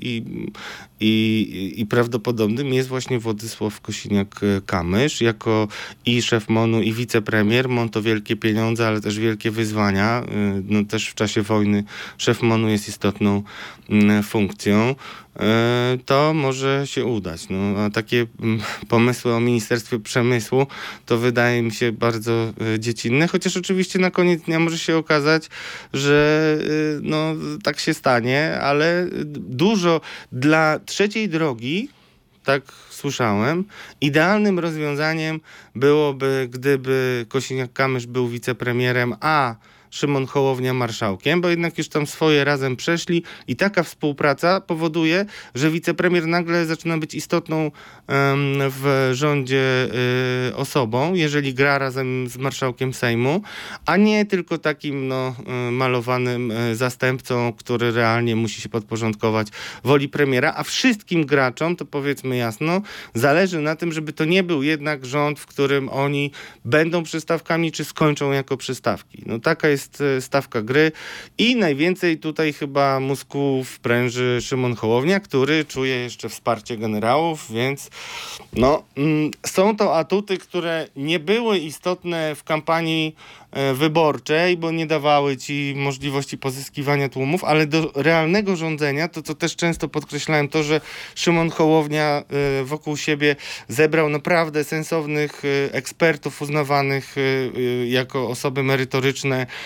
i prawdopodobnym jest właśnie Władysław Kosiniak-Kamysz jako i szef MON-u i wicepremier. MON to wielkie pieniądze, ale też wielkie wyzwania. No też w czasie wojny szef MON-u jest istotną funkcją. To może się udać. No, a takie pomysły o Ministerstwie Przemysłu to wydaje mi się bardzo dziecinne, chociaż oczywiście na koniec dnia może się okazać, że no, tak się stanie, ale dużo dla trzeciej drogi, tak słyszałem, idealnym rozwiązaniem byłoby, gdyby Kosiniak-Kamysz był wicepremierem, a Szymon Hołownia marszałkiem, bo jednak już tam swoje razem przeszli i taka współpraca powoduje, że wicepremier nagle zaczyna być istotną w rządzie osobą, jeżeli gra razem z marszałkiem Sejmu, a nie tylko takim malowanym zastępcą, który realnie musi się podporządkować woli premiera, a wszystkim graczom, to powiedzmy jasno, zależy na tym, żeby to nie był jednak rząd, w którym oni będą przystawkami, czy skończą jako przystawki. No taka jest stawka gry i najwięcej tutaj chyba mózgu wpręży Szymon Hołownia, który czuje jeszcze wsparcie generałów, więc są to atuty, które nie były istotne w kampanii wyborczej, bo nie dawały ci możliwości pozyskiwania tłumów, ale do realnego rządzenia, to co też często podkreślałem, to, że Szymon Hołownia wokół siebie zebrał naprawdę sensownych ekspertów uznawanych jako osoby merytoryczne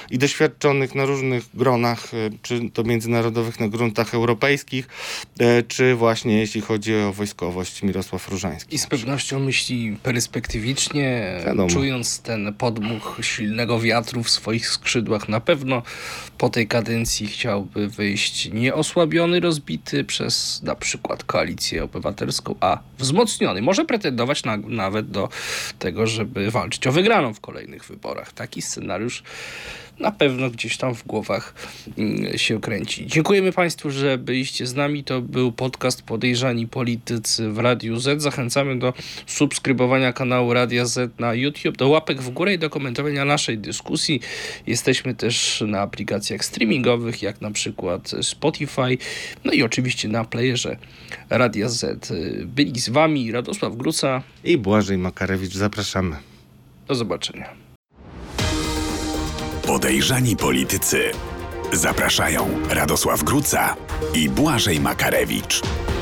i doświadczonych na różnych gronach, czy to międzynarodowych, na gruntach europejskich, czy właśnie jeśli chodzi o wojskowość, Mirosław Różański. I z pewnością myśli perspektywicznie, Wiadomo. czując ten podmuch silnego wiatru w swoich skrzydłach. Na pewno po tej kadencji chciałby wyjść nieosłabiony, rozbity przez na przykład Koalicję Obywatelską, a wzmocniony. Może pretendować nawet do tego, żeby walczyć o wygraną w kolejnych wyborach. Taki scenariusz na pewno gdzieś tam w głowach się kręci. Dziękujemy Państwu, że byliście z nami. To był podcast Podejrzani Politycy w Radiu Z. Zachęcamy do subskrybowania kanału Radia Z na YouTube, do łapek w górę i do komentowania naszej dyskusji. Jesteśmy też na aplikacjach streamingowych, jak na przykład Spotify, no i oczywiście na playerze Radia Z. Byli z Wami Radosław Gruca I Błażej Makarewicz. Zapraszamy. do zobaczenia. Podejrzani Politycy. Zapraszają Radosław Gruca i Błażej Makarewicz.